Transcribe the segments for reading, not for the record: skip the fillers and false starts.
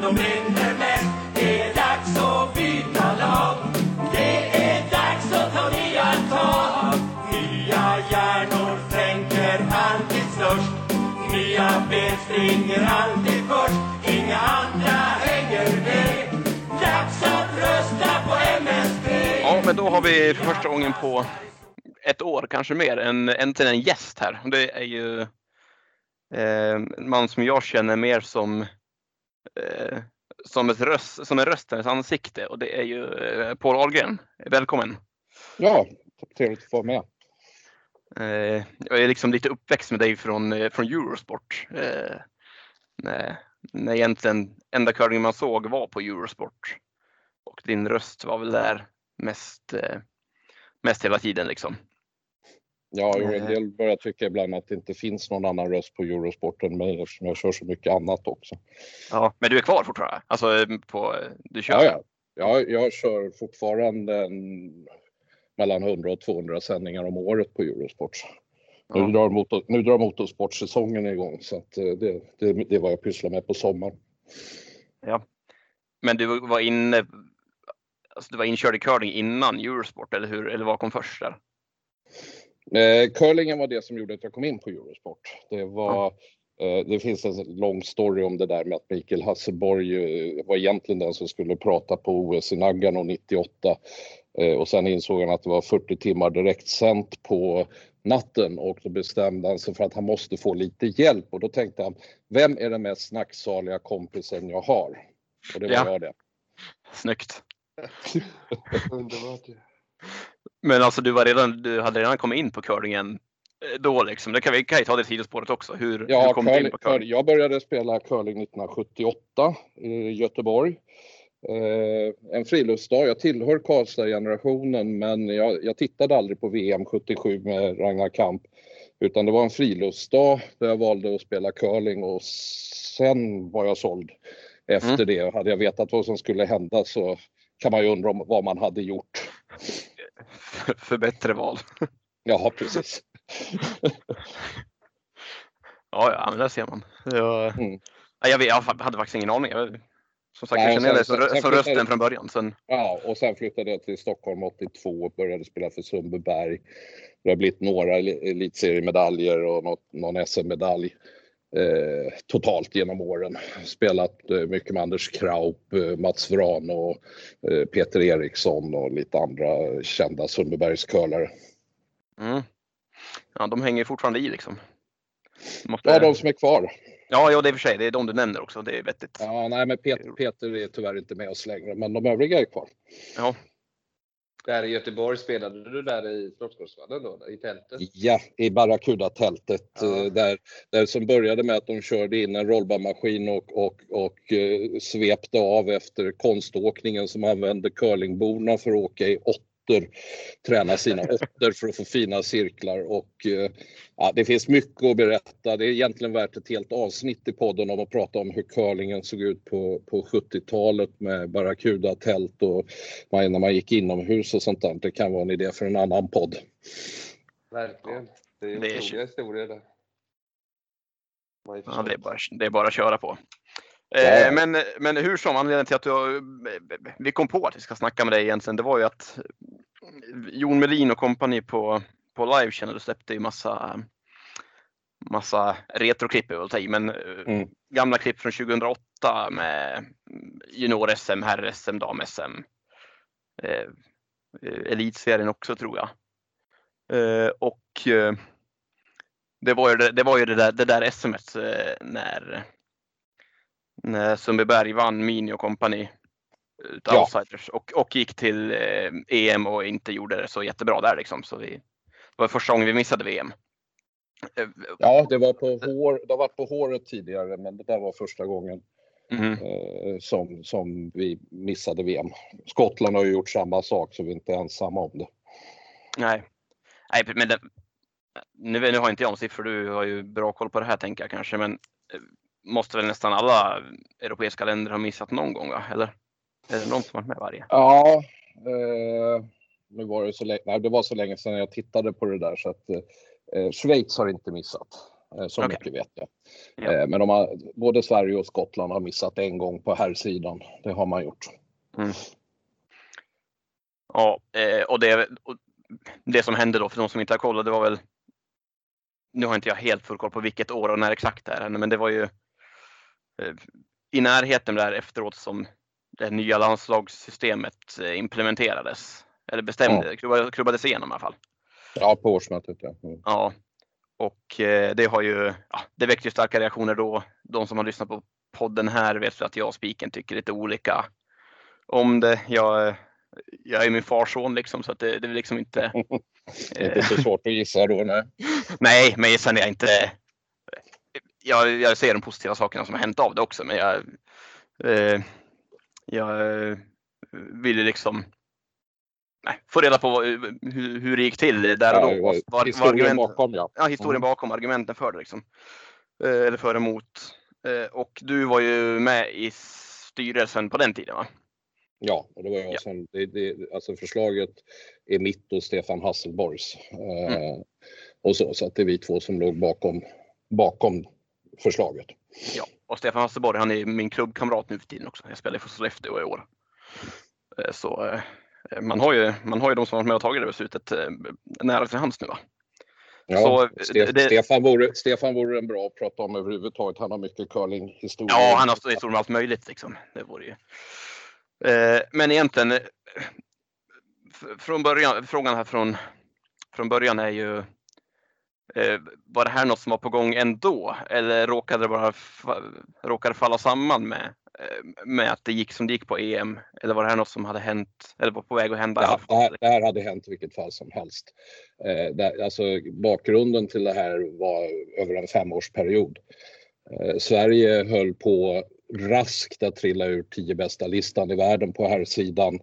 de brinner mest. Det är dags att byta lag. Det är dags att ta nya tag. Nya hjärnor tänker alltid störst. Nya ben springer alltid först. Inga andra hänger med. Dags att rösta på MSB. Ja, men då har vi för första gången på ett år, kanske mer, äntligen en gäst här. Det är ju en man som jag känner mer som en röstens ansikte, och det är ju Paul Ahlgren. Välkommen. Ja, trevligt att få med. Jag är liksom lite uppväxt med dig från Eurosport. När egentligen enda curling man såg var på Eurosport. Och din röst var väl där mest hela tiden liksom. Ja, en del börjar tycka ibland att det inte finns någon annan röst på Eurosporten, men eftersom jag kör så mycket annat också. Ja, men du är kvar fortfarande? Alltså, du kör? Ja, jag kör fortfarande mellan 100 och 200 sändningar om året på Eurosport. Ja. Nu drar motorsportsäsongen igång, så att det är vad jag pysslar med på sommaren. Ja, men du var inkörd i curling innan Eurosport, eller hur? Eller vad kom först där? Curlingen var det som gjorde att jag kom in på Eurosport. Det finns en lång story om det där med att Mikael Hasselborg var egentligen den som skulle prata på OS i Nagano 98. Och sen insåg han att det var 40 timmar direkt sänt på natten, och då bestämde han sig för att han måste få lite hjälp. Och då tänkte han, vem är den mest snacksaliga kompisen jag har? Och det var jag det. Snyggt. Underbart. Men alltså du hade redan kommit in på curlingen då liksom. Vi kan ju ta det sidospåret också. Hur kom du in på curling? Jag började spela curling 1978 i Göteborg. En friluftsdag. Jag tillhör Karlstad-generationen, men jag tittade aldrig på VM 77 med Ragnar Kamp. Utan det var en friluftsdag där jag valde att spela curling, och sen var jag såld efter det. Hade jag vetat vad som skulle hända så kan man ju undra om vad man hade gjort. För bättre val. Ja, precis. Ja, men där ser man. Jag hade faktiskt ingen aning. Som sagt, jag känner det som rösten från början. Sen... Ja, och sen flyttade jag till Stockholm 82 och började spela för Sundbyberg. Det har blivit några elitseriemedaljer och någon SM-medalj totalt genom åren. Spelat mycket med Anders Kraup, Mats Vraan och Peter Eriksson och lite andra kända Sundbybergskörlare. Ja, de hänger fortfarande i liksom. Ja, de som är kvar. Ja, det är för sig. Det är de du nämner också. Det är vettigt. Ja, nej, men Peter är tyvärr inte med oss längre, men de övriga är kvar. Ja. Där i Göteborg spelade du där i Slottsskogsvallen då, i tältet? Ja, i Barracuda-tältet. Ja. Där som började med att de körde in en rollbarmaskin och svepte av efter konståkningen, som använde curlingborna för att åka i träna sina åttor för att få fina cirklar. Och det finns mycket att berätta. Det är egentligen värt ett helt avsnitt i podden om att prata om hur curlingen såg ut på 70-talet med Barracuda-tält och när man gick inomhus och sånt där. Det kan vara en idé för en annan podd. Verkligen. Det är otroliga historier där. Ja, det är bara att köra på. Men hur som, anledningen till att vi kom på att vi ska snacka med dig egentligen, det var ju att Jon Melin och kompani på Live Channel släppte ju massa retroklipp, men gamla klipp från 2008 med junior-SM, herr-SM, dam-SM, elitserien också tror jag. Och det var ju det där SM:et när Sundbyberg vann Mini och kompani outsiders och gick till EM och inte gjorde det så jättebra där liksom. Så det var första gången vi missade VM. Ja, det var på håret tidigare, men det där var första gången som vi missade VM. Skottland har ju gjort samma sak, så vi är inte ensamma om det. Nej, men nu har inte jag om siffror, du har ju bra koll på det här tänker jag kanske, men måste väl nästan alla europeiska länder ha missat någon gång, va? Eller är det någon som varit med varje? Ja, nu var det så länge. Nej, det var så länge sedan jag tittade på det där, så att Schweiz har inte missat. Så Okej. mycket vet jag. Ja. Men både Sverige och Skottland har missat en gång på här sidan. Det har man gjort. Ja, och det som hände då, för de som inte har kollat, det var väl, nu har inte jag helt full koll på vilket år och när exakt det är, men det var ju i närheten där efteråt som det nya landslagssystemet implementerades, eller klubbades igenom i alla fall. Ja, på årsmötet. Ja. Ja, och det har ju, det väckte ju starka reaktioner då. De som har lyssnat på podden här vet att jag och Spiken tycker lite olika om det. Jag är min farson liksom, så att det är liksom inte... Det är inte så svårt att gissa då, nej. Nej, men sen är jag inte... Jag ser de positiva sakerna som har hänt av det också, men jag vill liksom få reda på hur det gick till där och då. Var historien bakom, ja. Ja, historien bakom, argumenten för det liksom. Eller för emot. Och du var ju med i styrelsen på den tiden, va? Ja, och det var jag som, alltså förslaget är mitt och Stefan Hasselborgs. Och så att det är vi två som låg bakom förslaget. Ja, och Stefan Hasselborg, han är min klubbkamrat nu för tiden också. Jag spelar för Sollefteå i år. Så man har ju de som varit med och tagit det beslutet nära till hands nu, va? Ja, så Stefan vore en bra att prata om överhuvudtaget. Han har mycket curlinghistoria. Ja, han har stått historia med allt möjligt liksom. Det vore ju. Men egentligen från början, frågan här från början är ju, var det här något som var på gång ändå, eller råkade falla samman med att det gick som det gick på EM, eller var det här något som hade hänt eller var på väg att hända? Ja, det här hade hänt i vilket fall som helst. Alltså, bakgrunden till det här var över en 5-årsperiod. Sverige höll på raskt att trilla ur 10 bästa listan i världen på här sidan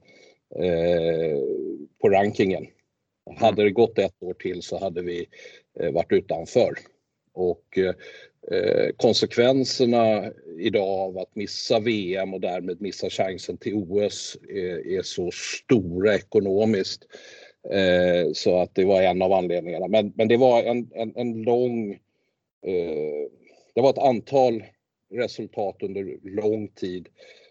på rankingen. Hade det gått ett år till så hade vi varit utanför. Och konsekvenserna idag av att missa VM och därmed missa chansen till OS är så stora ekonomiskt. Så att det var en av anledningarna. Men det var en lång... Det var ett antal resultat under lång tid.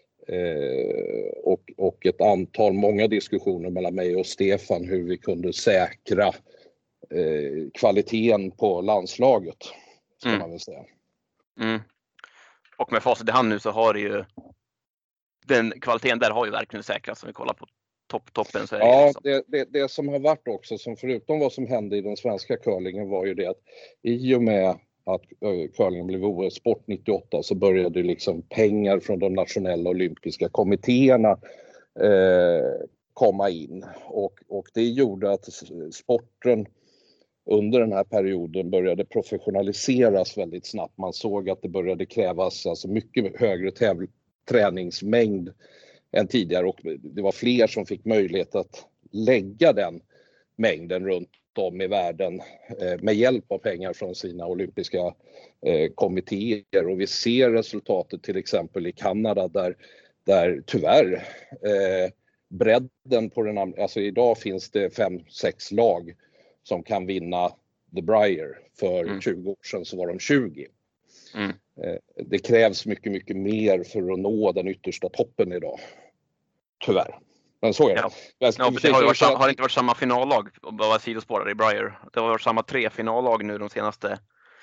Och många diskussioner mellan mig och Stefan hur vi kunde säkra kvaliteten på landslaget, ska man väl säga. Och med facit i hand nu så har det ju den kvaliteten där har ju verkligen säkrats om vi kollar på toppen. Så är det, liksom. Det som har varit också, som förutom vad som hände i den svenska curlingen, var ju det att i och med att curlingen blev OS-sport 98 så började liksom pengar från de nationella olympiska kommittéerna komma in. Och det gjorde att sporten under den här perioden började professionaliseras väldigt snabbt. Man såg att det började krävas alltså mycket högre träningsmängd än tidigare, och det var fler som fick möjlighet att lägga den mängden runt om i världen med hjälp av pengar från sina olympiska kommittéer. Och vi ser resultatet till exempel i Kanada där tyvärr bredden på den, alltså idag finns det 5-6 lag som kan vinna The Brier. För 20 år sedan så var de 20. Det krävs mycket, mycket mer för att nå den yttersta toppen idag. Tyvärr. Men så är det. Ja, det har inte varit samma finallag, bara sidospårare i Brier. Det har varit samma 3 finallag nu de senaste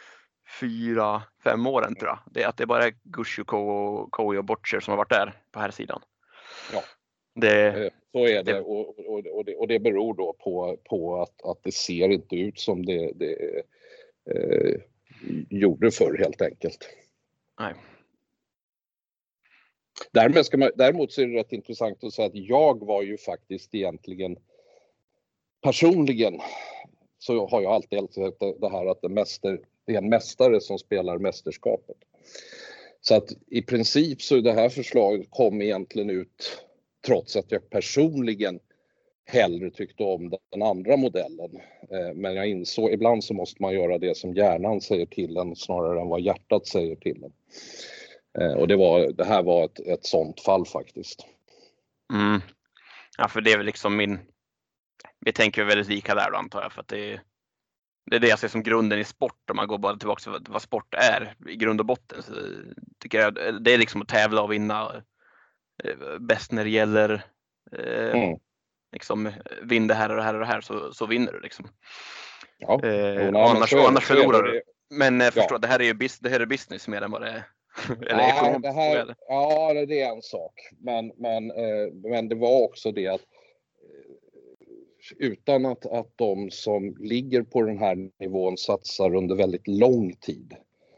4-5 åren, tror jag. Det är bara Gushue, Koi och Butcher som har varit där på här sidan. Ja. Så är det, och det beror då på att det ser inte ut som det gjorde förr, helt enkelt. Nej. Däremot så är det rätt intressant att säga att jag var ju faktiskt egentligen personligen, så har jag alltid älskat det här att det är en mästare som spelar mästerskapet. Så att i princip så det här förslaget kom egentligen ut trots att jag personligen hellre tyckte om den andra modellen. Men jag insåg ibland så måste man göra det som hjärnan säger till en snarare än vad hjärtat säger till en. Och det här var ett sånt fall faktiskt. Ja, för det är väl liksom vi tänker väldigt lika där då, antar jag, för att Det är det jag ser som grunden i sport, om man går bara tillbaka till vad sport är i grund och botten. Så tycker jag det är liksom att tävla och vinna bäst när det gäller liksom, vinn det här och det här och det här, så vinner du liksom. Ja. Annars förlorar du. Men förstå, det här är business mer än vad det är. Eller ekonomiskt. Ja, det är en sak. Men det var också det att utan att de som ligger på den här nivån satsar under väldigt lång tid,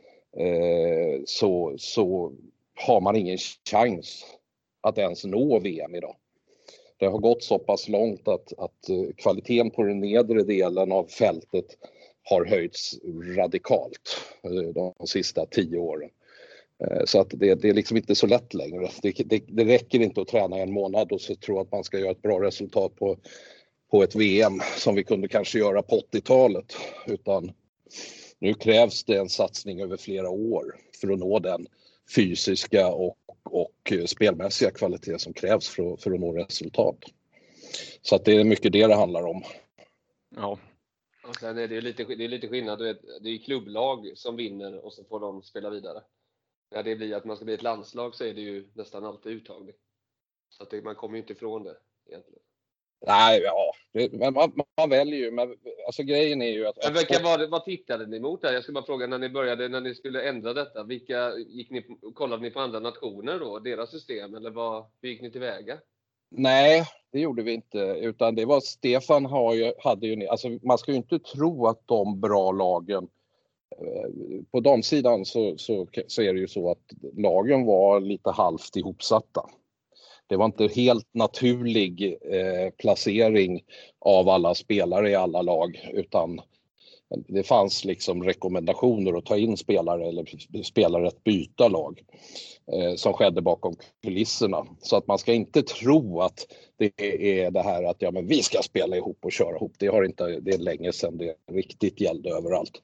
så har man ingen chans att ens nå VM idag. Det har gått så pass långt att kvaliteten på den nedre delen av fältet har höjts radikalt de sista 10 åren. Så att det är liksom inte så lätt längre. Det räcker inte att träna en månad och så tro att man ska göra ett bra resultat på ett VM som vi kunde kanske göra på 80-talet. Utan nu krävs det en satsning över flera år för att nå den fysiska och spelmässiga kvalitet som krävs för att nå resultat. Så att det är mycket det handlar om. Ja. Och sen är det lite skillnad. Det är ju klubblag som vinner och så får de spela vidare. När det blir att man ska bli ett landslag så är det ju nästan alltid uttagning. Så att man kommer ju inte ifrån det egentligen. Nej, ja. Men man väljer ju. Men alltså grejen är ju att... Vad tittade ni mot där? Jag ska bara fråga, när ni skulle ändra detta. Kollade ni på andra nationer då? Deras system? Eller hur gick ni tillväga? Nej, det gjorde vi inte. Utan det var Stefan hade ju... Alltså man ska ju inte tro att de bra lagen... På damsidan så är det ju så att lagen var lite halvt ihopsatta. Det var inte helt naturlig placering av alla spelare i alla lag, utan det fanns liksom rekommendationer att ta in spelare eller spelare att byta lag som skedde bakom kulisserna. Så att man ska inte tro att det är det här att men vi ska spela ihop och köra ihop. Det är länge sedan det riktigt gällde överallt.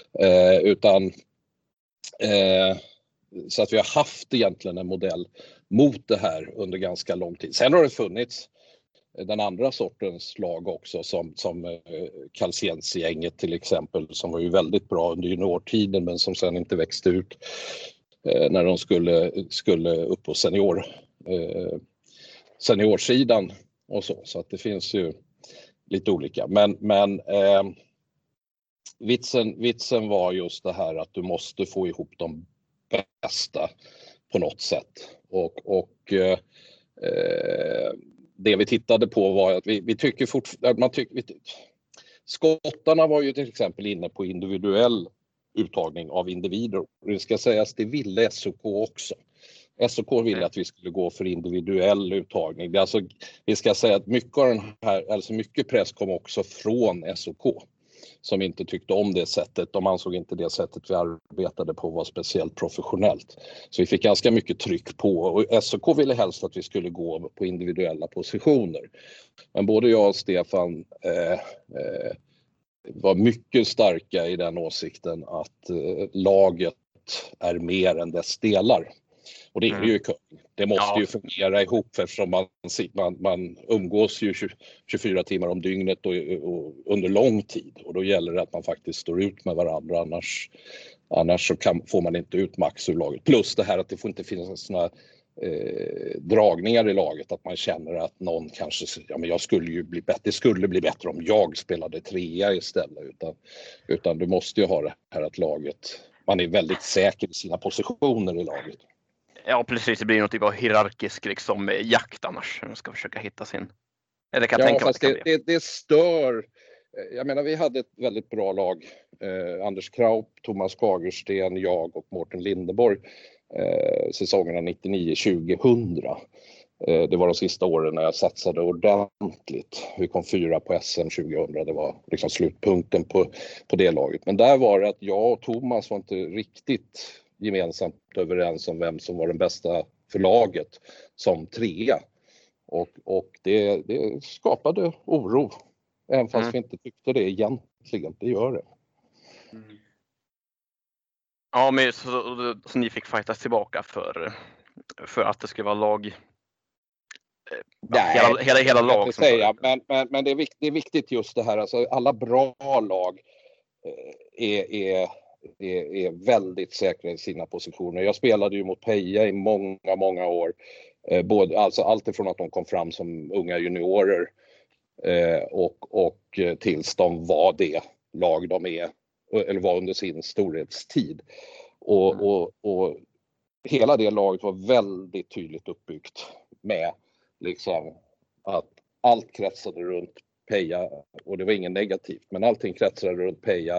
Så att vi har haft egentligen en modell mot det här under ganska lång tid. Sen har det funnits den andra sortens lag också som Calciense-gänget till exempel, som var ju väldigt bra under juniortiden men som sen inte växte ut när de skulle upp på seniorsidan och så att det finns ju lite olika. Men vitsen var just det här att du måste få ihop de bästa på något sätt. Och det vi tittade på var att vi tycker fortfarande... Skottarna var ju till exempel inne på individuell uttagning av individer. Det ska sägas, det ville SOK också. SOK ville att vi skulle gå för individuell uttagning. Det är alltså, vi ska säga att mycket av den här, alltså mycket press kom också från SOK. Som inte tyckte om det sättet. De ansåg inte det sättet vi arbetade på var speciellt professionellt. Så vi fick ganska mycket tryck på. Och SOK ville helst att vi skulle gå på individuella positioner. Men både jag och Stefan var mycket starka i den åsikten att laget är mer än dess delar. Och det är ju det måste ju fungera ihop eftersom man umgås ju 24 timmar om dygnet och under lång tid. Och då gäller det att man faktiskt står ut med varandra, annars så får man inte ut max ur laget. Plus det här att det får inte finnas såna dragningar i laget, att man känner att någon kanske, jag skulle ju bli bättre, det skulle bli bättre om jag spelade 3 istället. Utan du måste ju ha det här att laget, man är väldigt säker i sina positioner i laget. Ja, precis. Det blir något typ av hierarkisk liksom, jakt annars. Man ska försöka hitta sin... Eller kan jag tänka fast det stör... Jag menar, vi hade ett väldigt bra lag. Anders Kraup, Thomas Skagersten, jag och Mårten Lindeborg. Säsongerna 99-2000. Det var de sista åren när jag satsade ordentligt. Vi kom 4 på SM 2000. Det var liksom slutpunkten på det laget. Men där var det att jag och Thomas var inte riktigt gemensamt överens om vem som var den bästa för laget som 3. Och det skapade oro. Även fast vi inte tyckte det egentligen. Det gör det. Ja, men så ni fick fightas tillbaka för att det skulle vara lag. Hela lag som säga, men det är viktigt just det här. Alltså, alla bra lag är väldigt säkra i sina positioner. Jag spelade ju mot Peja i många år. Alltså allt ifrån att de kom fram som unga juniorer och tills de var det lag de är, eller var under sin storhetstid. Och hela det laget var väldigt tydligt uppbyggt med liksom att allt kretsade runt Peja, och det var ingen negativt, men allting kretsade runt Peja.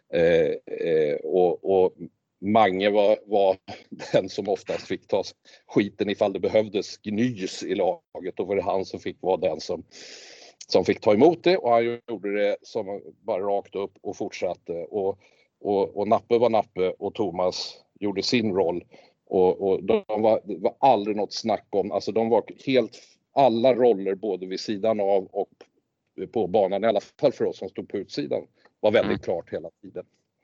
Och Mange var den som oftast fick ta skiten ifall det behövdes gnys i laget, och var det han som fick vara den som fick ta emot det, och han gjorde det som bara rakt upp och fortsatte, och Nappe var Nappe och Thomas gjorde sin roll, och det var aldrig något snack om, alltså de var helt, alla roller både vid sidan av och på banan, i alla fall för oss som stod på utsidan, var väldigt klart hela tiden.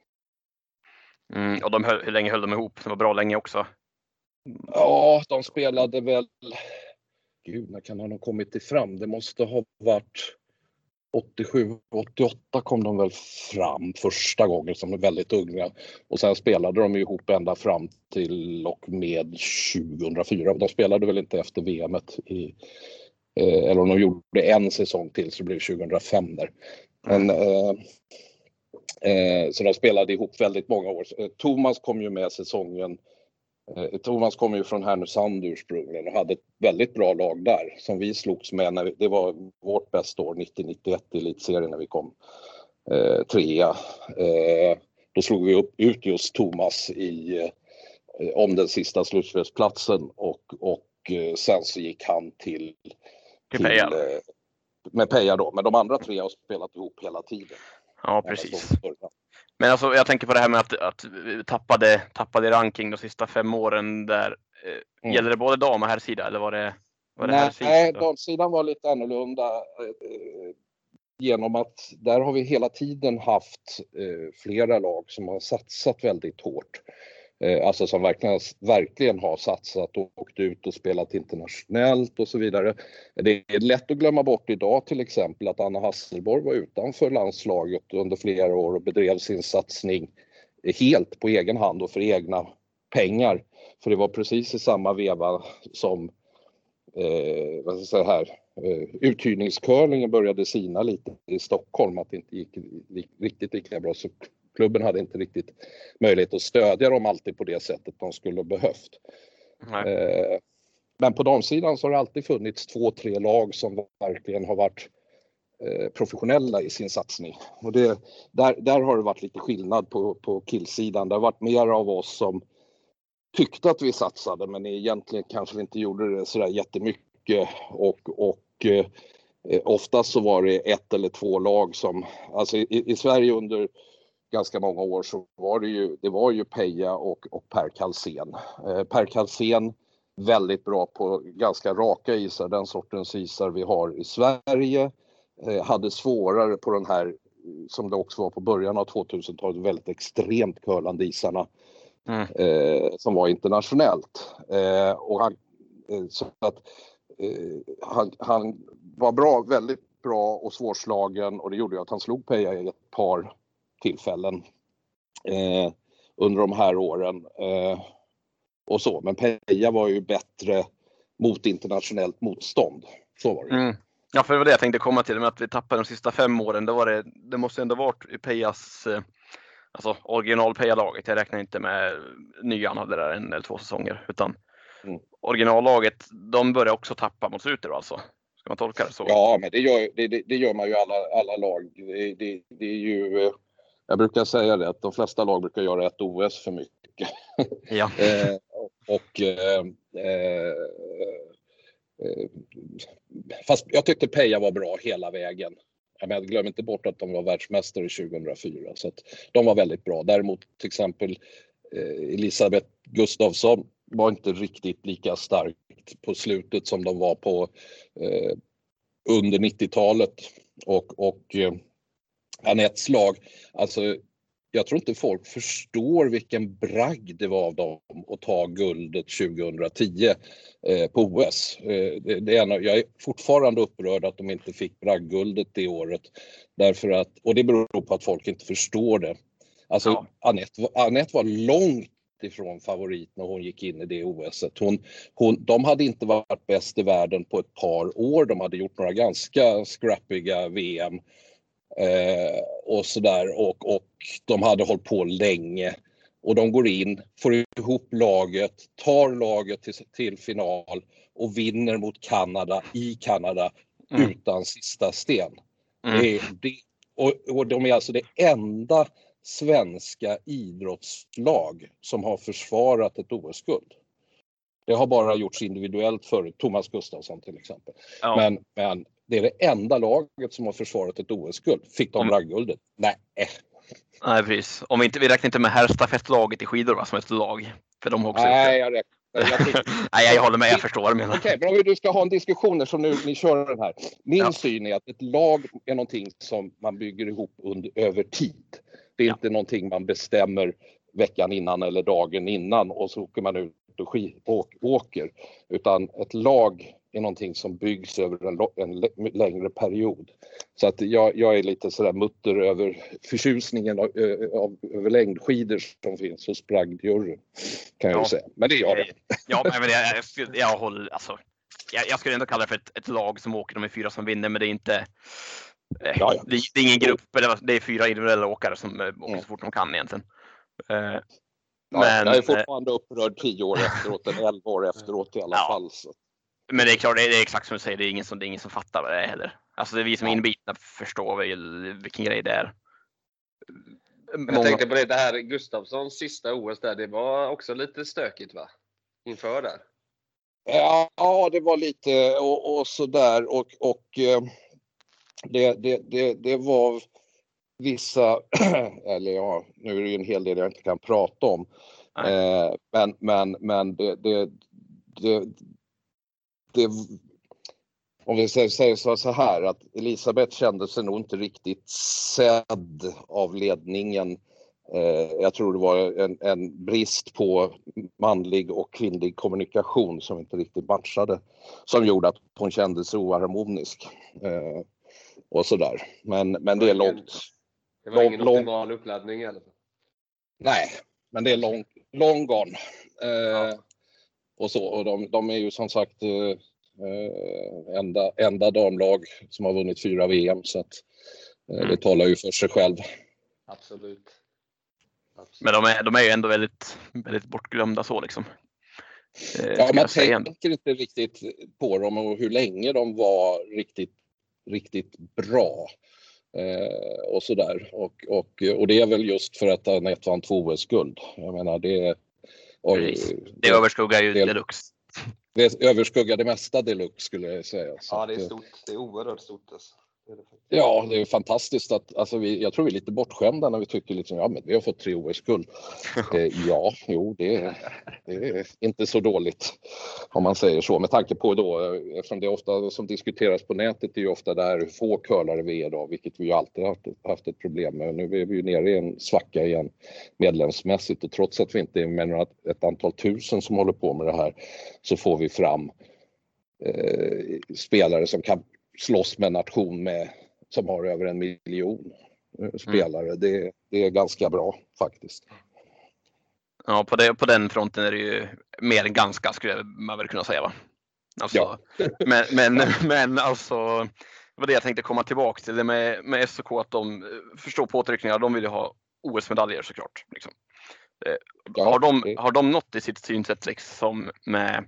Och hur länge höll de ihop? Det var bra länge också. Ja, de spelade väl, gud, när kan de ha kommit fram? Det måste ha varit 87-88 kom de väl fram första gången som är väldigt unga, och sen spelade de ihop ända fram till och med 2004. De spelade väl inte efter VM:et eller om de gjorde en säsong till, så det blev 2005 där. Men så de spelade ihop väldigt många år. Thomas kom ju med säsongen. Thomas kom ju från Härnösand ursprungligen och hade ett väldigt bra lag där som vi slogs med när det var vårt bästa år 90-91 i elitserien när vi kom trea. Då slog vi ut just Thomas om den sista slutspelsplatsen, och sen så gick han till Peja. Med Peja då, men de andra tre har spelat ihop hela tiden. Ja, precis. Men alltså, jag tänker på det här med att vi tappade ranking de sista 5 åren där. Gäller det både dam och herrsida, eller var det herrsida? Nej, damsidan var lite annorlunda genom att där har vi hela tiden haft flera lag som har satsat väldigt hårt. Alltså som verkligen har satsat och åkt ut och spelat internationellt och så vidare. Det är lätt att glömma bort idag till exempel att Anna Hasselborg var utanför landslaget under flera år och bedrev sin satsning helt på egen hand och för egna pengar. För det var precis i samma veva som uthyrningscurlingen började sina lite i Stockholm, att det inte gick riktigt lika bra, så klubben hade inte riktigt möjlighet att stödja dem alltid på det sättet de skulle behövt. Men på damsidan så har det alltid funnits 2-3 lag som verkligen har varit professionella i sin satsning. Och där har det varit lite skillnad på killsidan. Det har varit mer av oss som tyckte att vi satsade, men egentligen kanske vi inte gjorde det sådär jättemycket, och oftast så var det 1 eller 2 lag som, alltså i Sverige under ganska många år så var ju Peja och Per Kalsén. Per Kalsén väldigt bra på ganska raka isar, den sortens isar vi har i Sverige. Hade svårare på den här, som det också var på början av 2000-talet, väldigt extremt curlande isarna. Som var internationellt. Och han var bra, väldigt bra och svårslagen, och det gjorde att han slog Peja i ett par tillfällen under de här åren och så. Men Peja var ju bättre mot internationellt motstånd. Så var det. Ja, för det var det jag tänkte komma till, med att vi tappade de sista 5 åren. Det måste ändå varit Pejas, alltså original Peja-laget. Jag räknar inte med nyan hade där 1 eller 2 säsonger, utan originallaget, de började också tappa mot slutet alltså. Ska man tolka det så? Ja, men det gör man ju alla lag. Det är ju, jag brukar säga det, att de flesta lag brukar göra ett OS för mycket. Ja. Fast jag tyckte Peja var bra hela vägen. Jag glömmer inte bort att de var världsmästare 2004, så att de var väldigt bra. Däremot till exempel Elisabeth Gustafsson var inte riktigt lika starkt på slutet som de var på under 90-talet, och Anettes lag, alltså jag tror inte folk förstår vilken bragd det var av dem att ta guldet 2010 på OS. Jag är fortfarande upprörd att de inte fick bragdguldet det året. Därför att, och det beror på att folk inte förstår det. Alltså ja. Anette var långt ifrån favorit när hon gick in i det OS:et. De hade inte varit bäst i världen på ett par år. De hade gjort några ganska scrappiga VM. Och sådär och de hade hållit på länge och de går in, får ihop laget, tar laget till final och vinner mot Kanada i Kanada utan sista sten. Och de är alltså det enda svenska idrottslag som har försvarat ett OS-guld. Det har bara gjorts individuellt förut, Thomas Gustafsson till exempel. Ja. Men det är det enda laget som har försvarat ett OS-guld. Fick de bragdguldet? Nej, precis. Om vi räknar inte med herrstafettlaget i skidor, va, som ett lag. För de har också Nej, jag håller med, jag förstår vad du menar. Okej, men om du ska ha en diskussion som ni kör den här. Min syn är att ett lag är någonting som man bygger ihop över tid. Det är inte någonting man bestämmer veckan innan eller dagen innan och så åker man ut och åker. Utan ett lag är någonting som byggs över en längre period. Så att jag är lite sådär mutter över förtjusningen över längdskidor som finns hos bragdjuryn, kan jag säga. Men det gör det. Ja, men jag håller, alltså, jag skulle ändå kalla det för ett lag som åker, de är 4 som vinner, men det är inte det är ingen grupp, det är 4 individuella åkare som åker så fort de kan egentligen. Men jag är fortfarande upprörd 10 år efteråt, eller 11 år efteråt i alla fall. Så. Men det är klart, det är exakt som du säger, det är ingen som fattar vad det är heller. Alltså det är vi som är inbitna förstår vilken grej det är. Jag tänkte på det här Gustafssons sista OS där, det var också lite stökigt, va? Inför där. Ja, det var lite och sådär och det var vissa, eller nu är det ju en hel del jag inte kan prata om. Men det om vi säger så här att Elisabeth kände sig nog inte riktigt sedd av ledningen. Jag tror det var en brist på manlig och kvinnlig kommunikation som inte riktigt matchade, som gjorde att hon kände sig oharmonisk och sådär. Men det är långt. Det var ingen optimal uppladdning i alla fall. Nej, men det är long gone. Och så, och de är ju som sagt enda damlag som har vunnit 4 VM, så att det talar ju för sig själv. Absolut. Men de är ju ändå väldigt, väldigt bortglömda så liksom. Man tänker inte riktigt på dem och hur länge de var riktigt bra. Och sådär. Och det är väl just för att Anette vann 2 OS-guld. Jag menar det överskuggar ju deluxe. Det överskuggar det mesta deluxe, skulle jag säga. Så det är stort. Det är oerhört stort alltså. Ja, det är fantastiskt att alltså jag tror vi är lite bortskämda när vi tycker liksom, men vi har fått 3 OS-guld. Det är inte så dåligt om man säger så, med tanke på då, eftersom det ofta som diskuteras på nätet är ju ofta där få curlare vi är då, vilket vi ju alltid haft ett problem med. Nu är vi ju nere i en svacka igen medlemsmässigt, och trots att vi inte är med ett antal tusen som håller på med det här, så får vi fram spelare som kan slåss med en nation som har över 1 miljon spelare. Det är ganska bra faktiskt. Ja, på den fronten är det ju mer än ganska, skulle man väl kunna säga, va? Alltså, men alltså, det var det jag tänkte komma tillbaka till, det med SOK, att de förstår påtryckningar, de vill ju ha OS-medaljer såklart. Liksom. Har de nått i sitt synsätt liksom med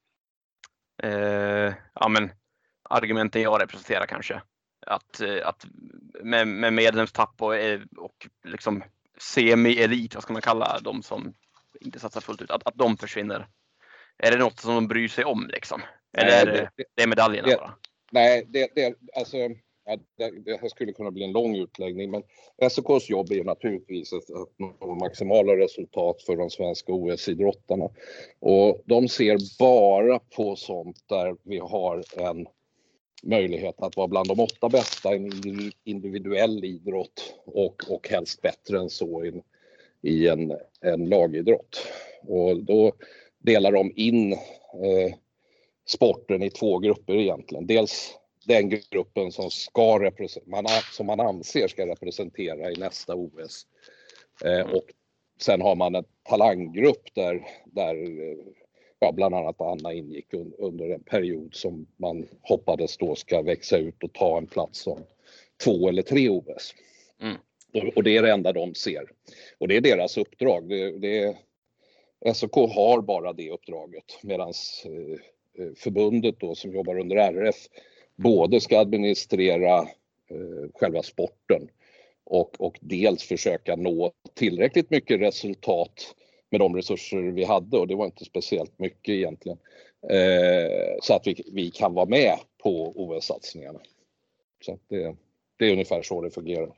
argumenten jag representerar kanske, att med medlemstapp och liksom semi-elit, vad ska man kalla de som inte satsar fullt ut, att de försvinner? Är det något som de bryr sig om liksom? Eller det är medaljerna bara? Nej, alltså det här skulle kunna bli en lång utläggning, men SOKs jobb är naturligtvis att nå maximala resultat för de svenska OS-idrottarna, och de ser bara på sånt där vi har en möjlighet att vara bland de 8 bästa i en individuell idrott och helst bättre än så i en lagidrott. Och då delar de in sporten i 2 grupper egentligen. Dels den gruppen som som man anser ska representera i nästa OS. Och sen har man en talanggrupp där bland annat Anna ingick under en period som man hoppades då ska växa ut och ta en plats som 2 eller 3 OS. Och det är det enda de ser. Och det är deras uppdrag. SOK har bara det uppdraget, medan förbundet då, som jobbar under RF, både ska administrera själva sporten och dels försöka nå tillräckligt mycket resultat med de resurser vi hade, och det var inte speciellt mycket egentligen, så att vi kan vara med på OS-satsningarna. Så att det är ungefär så det fungerar.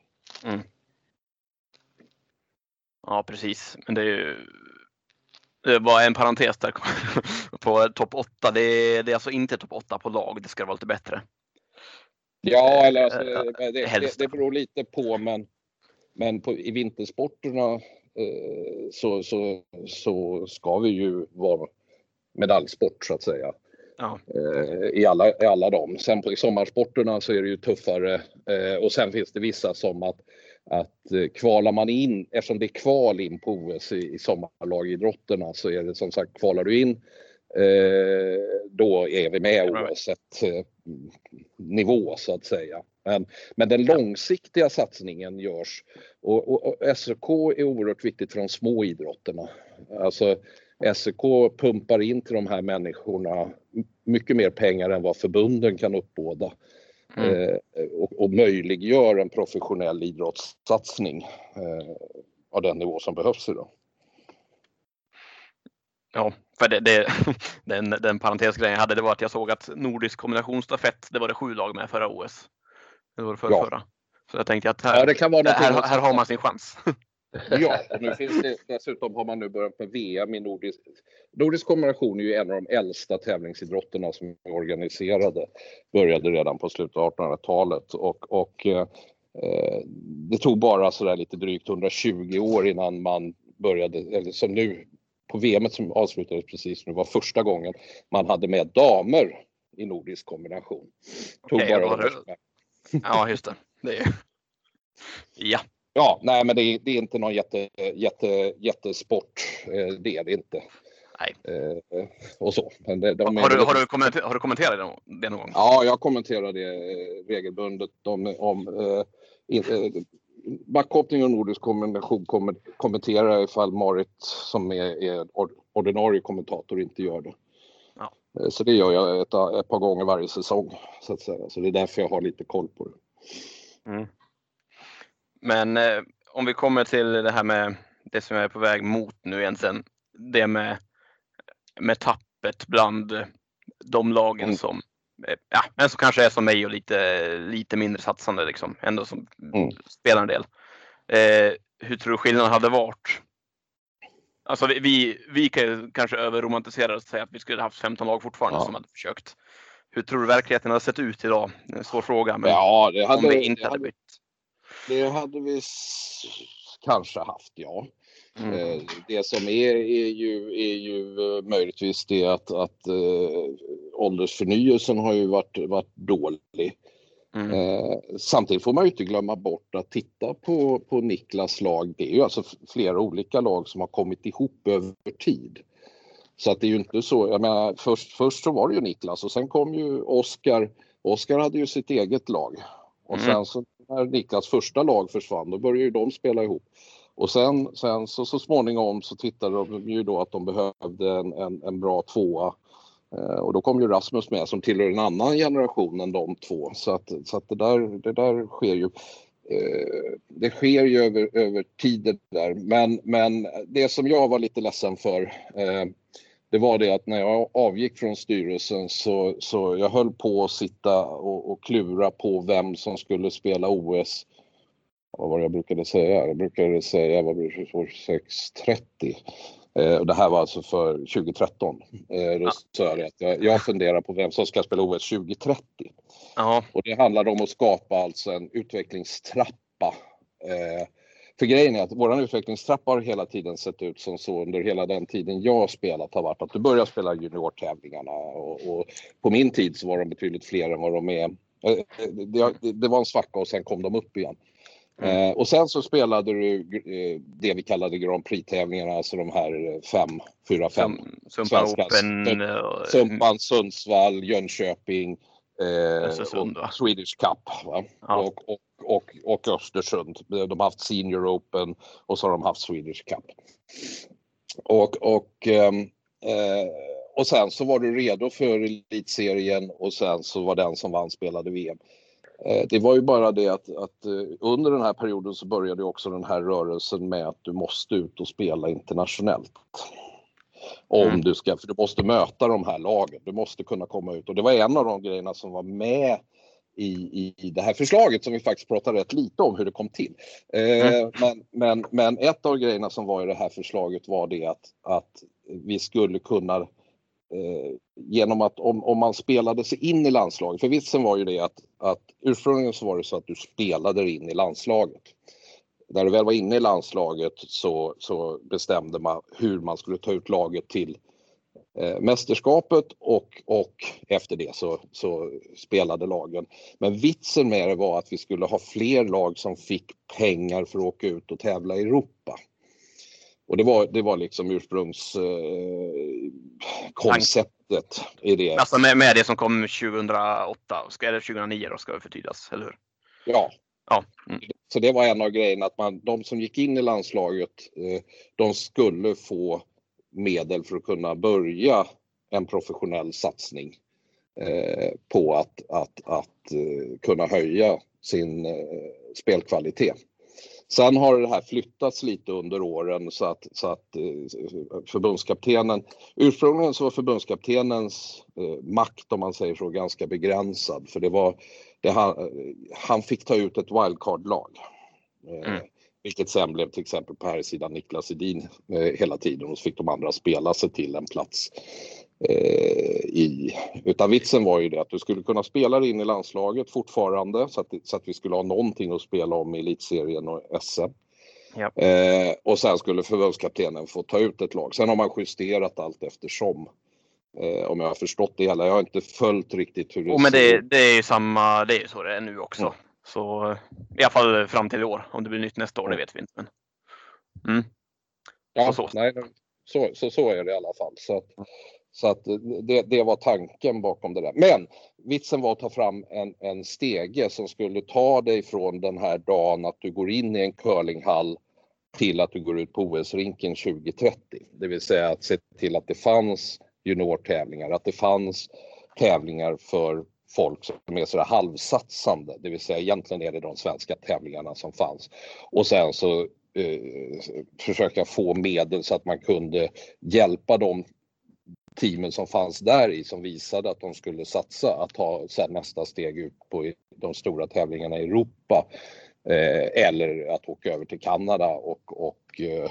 Ja, precis. Men det var en parentes där på topp 8. Det är alltså inte topp 8 på lag, det ska vara lite bättre. Ja, eller alltså, det beror lite på, men i vintersporterna så ska vi ju vara medaljsport så att säga. Ja. I alla dem. Sen i sommarsporterna så är det ju tuffare, och sen finns det vissa som att kvalar man in, eftersom det är kval in på OS i sommarlagidrotterna, så är det som sagt, kvalar du in då är vi med oavsett nivå så att säga. Men den långsiktiga satsningen görs, och SOK är oerhört viktigt för de små idrotterna. Alltså SOK pumpar in till de här människorna mycket mer pengar än vad förbunden kan uppbåda. Och möjliggör en professionell idrottssatsning av den nivå som behövs idag. Ja, för den parentesgrejen jag hade, det var att jag såg att nordisk kombinationsstafett, det var det 7 lag med förra OS. Det var det förra. Så jag tänkte att här har man sin chans. Ja, och nu finns det, dessutom har man nu börjat med VM i nordisk kombination är ju en av de äldsta tävlingsidrotterna som är organiserade. Började redan på slutet av 1800-talet och det tog bara så där lite drygt 120 år innan man började, eller som nu på VM som avslutades precis nu, var första gången man hade med damer i nordisk kombination. Ja, just det. Det är ja. Ja, nej, men det är inte någon jättesport, det är det inte. Nej. Och så. Men har du kommenterat det någon gång? Ja, jag kommenterar det regelbundet om backhoppning och nordisk kombination kommenterar ifall Marit som är ordinarie kommentator inte gör det. Ja. Så det gör jag ett par gånger varje säsong så att säga. Så det är därför jag har lite koll på det. Men om vi kommer till det här med det som jag är på väg mot nu egentligen. Det med tappet bland de lagen som men som kanske är som mig och lite mindre satsande liksom. Ändå som spelar en del. Hur tror du skillnaden hade varit? Alltså vi kan ju kanske överromantisera och säga att vi skulle haft 15 lag fortfarande som hade försökt. Hur tror du verkligheten hade sett ut idag? En svår fråga. Men om vi inte hade bytt. Det hade vi kanske haft, ja. Det som är ju möjligtvis det att åldersförnyelsen har ju varit dålig. Samtidigt får man ju inte glömma bort att titta på Niklas lag. Det är ju alltså flera olika lag som har kommit ihop över tid. Så att det är ju inte så, jag menar, först så var det ju Niklas och sen kom ju Oskar. Oskar hade ju sitt eget lag. Och sen så när Niklas första lag försvann, då började ju de spela ihop. Och sen så småningom så tittade de ju då att de behövde en bra tvåa. Och då kom ju Rasmus med som tillhör en annan generation än de två. Så att det där sker ju. Det sker ju över tiden där. Men det som jag var lite ledsen för, det var det att när jag avgick från styrelsen så jag höll på att sitta och klura på vem som skulle spela OS. Vad var det jag brukade säga? Jag brukade säga, vad blir det, 6:30. Och det här var alltså för 2013. Då sa jag att jag funderar på vem som ska spela OS 2030. Ja. Och det handlar om att skapa alltså en utvecklingstrappa. För grejen är att våran utvecklingstrappa har hela tiden sett ut som så under hela den tiden jag har spelat har varit att du börjar spela juniortävlingarna och på min tid så var de betydligt fler än vad de är. Det var en svacka och sen kom de upp igen. Och sen så spelade du det vi kallade Grand Prix-tävlingarna, alltså de här 4-5 Sumpan Open, Sumpan, Sundsvall, Jönköping och Swedish Cup, va? Ja. Och Östersund. De har haft Senior Open och så har de haft Swedish Cup. Och sen så var du redo för elitserien och sen så var den som vann spelade VM. Det var ju bara det att under den här perioden så började också den här rörelsen med att du måste ut och spela internationellt. Om du ska, för du måste möta de här lagen, du måste kunna komma ut. Och det var en av de grejerna som var med i det här förslaget som vi faktiskt pratade rätt lite om hur det kom till. Men ett av grejerna som var i det här förslaget var det att vi skulle kunna genom att om man spelade sig in i landslaget, för vitsen var ju det att ursprungligen så var det så att du spelade dig in i landslaget. När du väl var inne i landslaget så bestämde man hur man skulle ta ut laget till mästerskapet och efter det så spelade lagen. Men vitsen med det var att vi skulle ha fler lag som fick pengar för att åka ut och tävla i Europa. Och det var liksom ursprungskonceptet i det. Alltså med det som kom 2008, eller 2009 då ska det förtydligas, eller hur? Ja. Ja. Så det var en av grejerna att de som gick in i landslaget, de skulle få medel för att kunna börja en professionell satsning på att kunna höja sin spelkvalitet. Sen har det här flyttats lite under åren så att förbundskaptenen, ursprungligen så var förbundskaptenens makt om man säger så ganska begränsad, för han fick ta ut ett wildcard-lag. Vilket sen blev till exempel på här sidan Niklas Edin hela tiden, och så fick de andra spela sig till en plats utan vitsen var ju det att du skulle kunna spela in i landslaget fortfarande så att vi skulle ha någonting att spela om i elitserien och SM. Ja. Och sen skulle förbundskaptenen få ta ut ett lag. Sen har man justerat allt eftersom. Om jag har förstått det hela. Jag har inte följt riktigt hur det men ser ut. det är ju samma, det är så det är nu också. Ja. Så i alla fall fram till i år. Om det blir nytt nästa år, det vet vi inte. Men... Ja, nej, så är det i alla fall. Så att det var tanken bakom det där. Men vitsen var att ta fram en stege som skulle ta dig från den här dagen att du går in i en curlinghall till att du går ut på OS-rinken 2030. Det vill säga att se till att det fanns juniortävlingar, att det fanns tävlingar för folk som är sådär halvsatsande. Det vill säga egentligen är det de svenska tävlingarna som fanns. Och sen så försöka få medel så att man kunde hjälpa de teamen som fanns där i som visade att de skulle satsa att ta sen nästa steg ut på de stora tävlingarna i Europa eller att åka över till Kanada och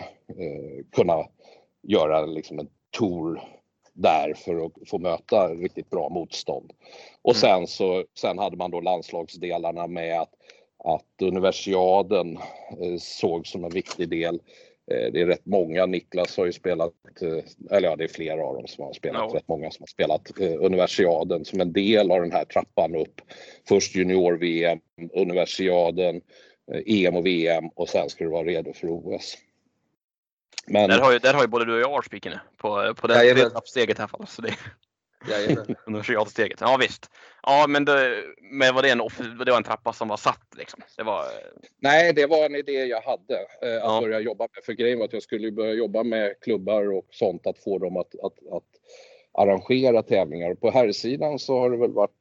kunna göra liksom en tour där för att få möta riktigt bra motstånd. Och sen hade man då landslagsdelarna med att universiaden såg som en viktig del. Det är rätt många, Niklas har ju spelat, eller ja, det är flera av dem som har spelat, rätt många som har spelat universiaden som en del av den här trappan upp. Först junior-VM, universiaden, EM och VM och sen ska du vara redo för OS. Men där har ju både du och jag spiken på det trappsteget här fallet, så det universiatsteget. Ja visst. Ja, men det var en trappa som var satt liksom. Nej, det var en idé jag hade att börja jobba med. För grejen var att jag skulle börja jobba med klubbar och sånt, att få dem att arrangera tävlingar. På här sidan så har det väl varit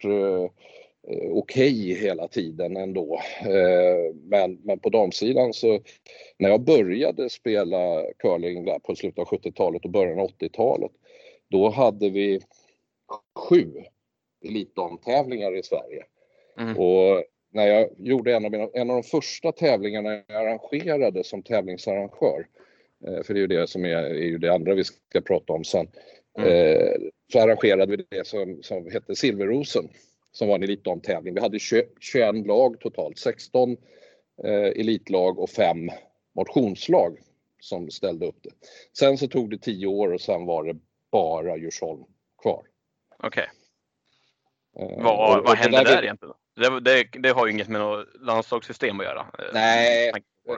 okej hela tiden ändå. Men på damsidan så när jag började spela curling där på slutet av 70-talet och början av 80-talet, då hade vi 7 elitdamtävlingar i Sverige. Och när jag gjorde en av de första tävlingarna jag arrangerade som tävlingsarrangör, För det är ju det som är ju det andra vi ska prata om sen. Så arrangerade vi det som hette Silverrosen, som var en elitdamtävling. Vi hade 21 lag totalt, 16 elitlag och 5 motionslag som ställde upp det. Sen så tog det 10 år och sen var det bara Djursholm kvar. Okej. Vad hände där egentligen? Det har ju inget med något landslagssystem att göra. Nej,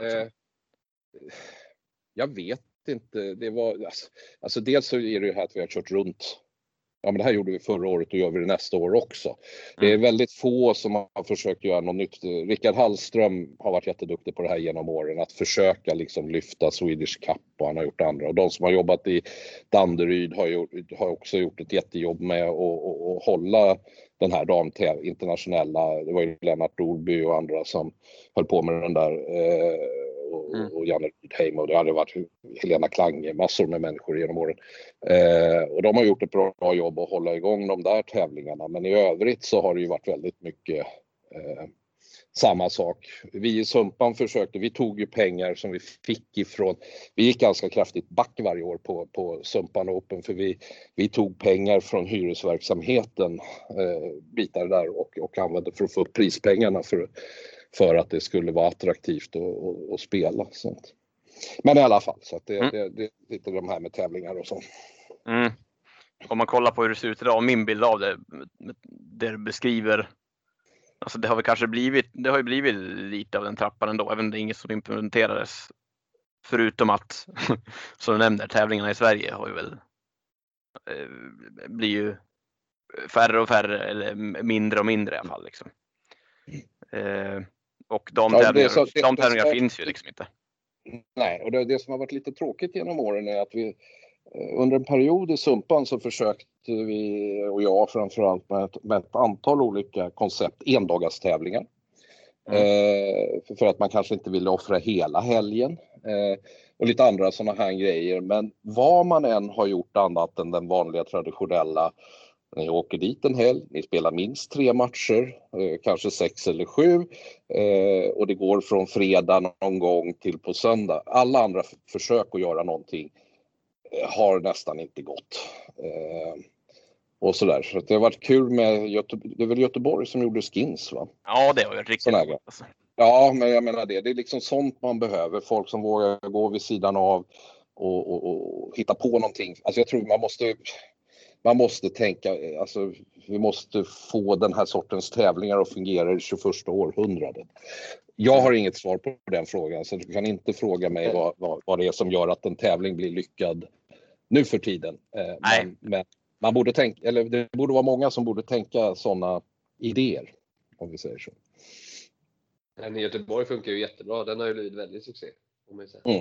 jag vet inte. Det var, alltså dels så är det ju här att vi har kört runt. Ja, men det här gjorde vi förra året och gör vi det nästa år också. Det är väldigt få som har försökt göra något nytt. Rickard Hallström har varit jätteduktig på det här genom åren. Att försöka liksom lyfta Swedish Cup, och han har gjort andra. Och de som har jobbat i Danderyd har också gjort ett jättejobb med att hålla den här internationella. Det var ju Lennart Dorby och andra som höll på med den där. Och Janne Rydheim, och det hade varit Helena Klange, massor med människor genom åren. Och de har gjort ett bra jobb att hålla igång de där tävlingarna. Men i övrigt så har det ju varit väldigt mycket samma sak. Vi i Sumpan vi tog ju pengar som vi fick ifrån, vi gick ganska kraftigt back varje år på Sumpan Open, för vi tog pengar från hyresverksamheten, bitar där, och använde för att få upp prispengarna för att det skulle vara attraktivt att spela. Sånt. Men i alla fall, så att det är lite de här med tävlingar och så. Om man kollar på hur det ser ut idag, min bild av det du beskriver, alltså det har ju blivit lite av den trappan ändå, även om det är inget som implementerades. Förutom att, som du nämner, tävlingarna i Sverige har ju väl blir ju färre och färre, eller mindre och mindre i alla fall liksom. Och de tävlingar finns ju liksom inte. Nej, och det som har varit lite tråkigt genom åren är att vi under en period i Sumpan så försökte vi, och jag framförallt, med ett antal olika koncept, endagstävlingar. För att man kanske inte ville offra hela helgen. Och lite andra sådana här grejer. Men vad man än har gjort annat än den vanliga traditionella, ni åker dit en helg, ni spelar minst 3 matcher, kanske 6 eller 7, och det går från fredag någon gång till på söndag. Alla andra försök att göra någonting har nästan inte gått. Och sådär. Så det har varit kul med det är väl Göteborg som gjorde skins, va? Ja, det har varit riktigt bra. Alltså. Ja, men jag menar det är liksom sånt man behöver. Folk som vågar gå vid sidan av och hitta på någonting. Alltså jag tror man måste tänka, alltså vi måste få den här sortens tävlingar att fungera i 21 århundradet. Jag har inget svar på den frågan, så du kan inte fråga mig vad det är som gör att en tävling blir lyckad nu för tiden. Men man borde tänka, eller det borde vara många som borde tänka sådana idéer, om vi säger så. Den i Göteborg funkar ju jättebra, den har ju blivit väldigt succé, om man säger.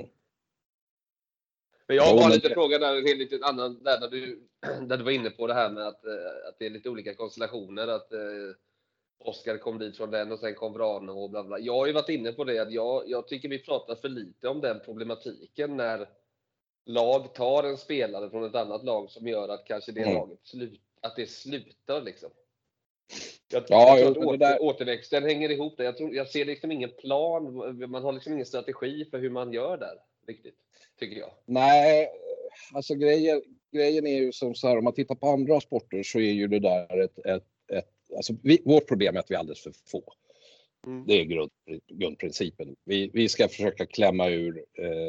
Men jag har lite fråga där, en lite annan där du var inne på det här med att det är lite olika konstellationer, att Oskar kom dit från den och sen kom Vrane och bla bla. Jag har ju varit inne på det att jag tycker vi pratar för lite om den problematiken när lag tar en spelare från ett annat lag som gör att kanske det laget slutar liksom. Jag tror att återväxten hänger ihop där. Jag ser liksom ingen plan, man har liksom ingen strategi för hur man gör där riktigt, tycker jag. Nej, alltså grejen är ju som så här, om man tittar på andra sporter så är ju det där alltså vårt problem är att vi är alldeles för få. Det är grundprincipen. Vi ska försöka klämma ur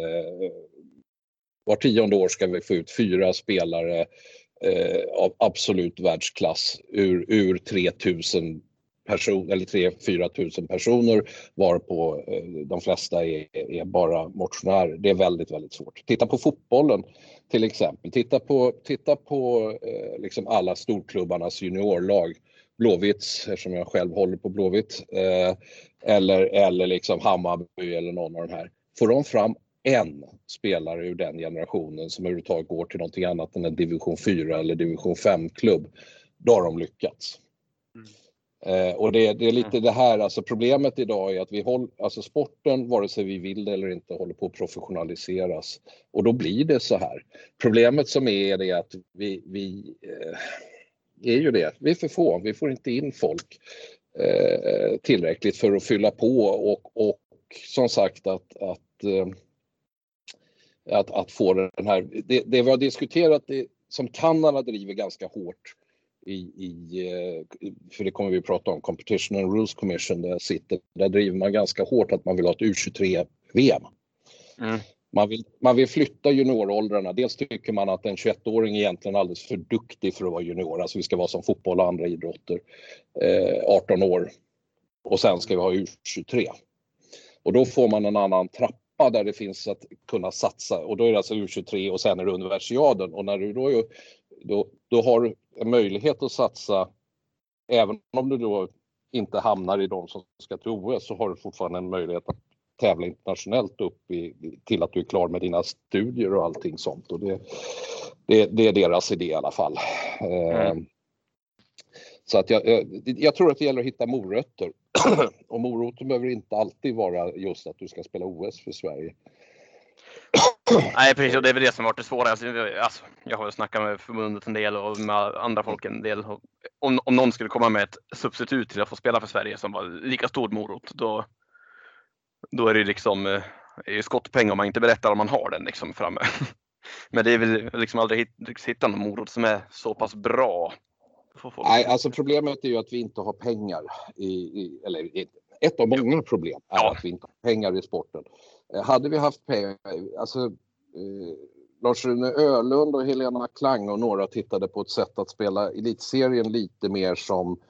var 10:e år ska vi få ut 4 spelare av absolut världsklass ur 3000 personer eller 3-4 000 personer, varpå de flesta är bara motionärer. Det är väldigt, väldigt svårt. Titta på fotbollen till exempel. Titta på liksom alla storklubbarnas juniorlag. Blåvitts, eftersom jag själv håller på Blåvitt, eller liksom Hammarby eller någon av de här. Får de fram en spelare ur den generationen som överhuvudtaget går till någonting annat än en division 4 eller division 5-klubb, då har de lyckats. Och det är lite det här, alltså problemet idag är att alltså sporten, vare sig vi vill det eller inte, håller på att professionaliseras. Och då blir det så här. Problemet som är det att vi är ju det. Vi är för få, vi får inte in folk tillräckligt för att fylla på och som sagt att att få den här, det vi har diskuterat, det, som Kanada driver ganska hårt för det kommer vi prata om, Competition and Rules Commission där driver man ganska hårt att man vill ha ett U23-VM. Man vill flytta junioråldrarna. Dels tycker man att en 21-åring är egentligen alldeles för duktig för att vara junior. Alltså vi ska vara som fotboll och andra idrotter. 18 år. Och sen ska vi ha U23. Och då får man en annan trappa där det finns att kunna satsa. Och då är det alltså U23 och sen är det universiaden. Och när du då har du en möjlighet att satsa, även om du då inte hamnar i de som ska till OS, så har du fortfarande en möjlighet att tävla internationellt upp till att du är klar med dina studier och allting sånt. Och det är deras idé i alla fall. Så att jag tror att det gäller att hitta morötter. Och moroten behöver inte alltid vara just att du ska spela OS för Sverige. Nej, precis, och det är väl det som har varit det svåra. Alltså, jag har snackat med förbundet en del och med andra folk en del. Om någon skulle komma med ett substitut till att få spela för Sverige som var lika stor morot, då är det liksom skottpeng om man inte berättar om man har den liksom framme. Men det är väl liksom aldrig hitta någon morot som är så pass bra. Nej, alltså problemet är ju att vi inte har pengar ett av många problem är att vi inte har pengar i sporten. Hade vi haft pengar, alltså Lars-Rune Ölund och Helena Klang och några tittade på ett sätt att spela elitserien lite mer som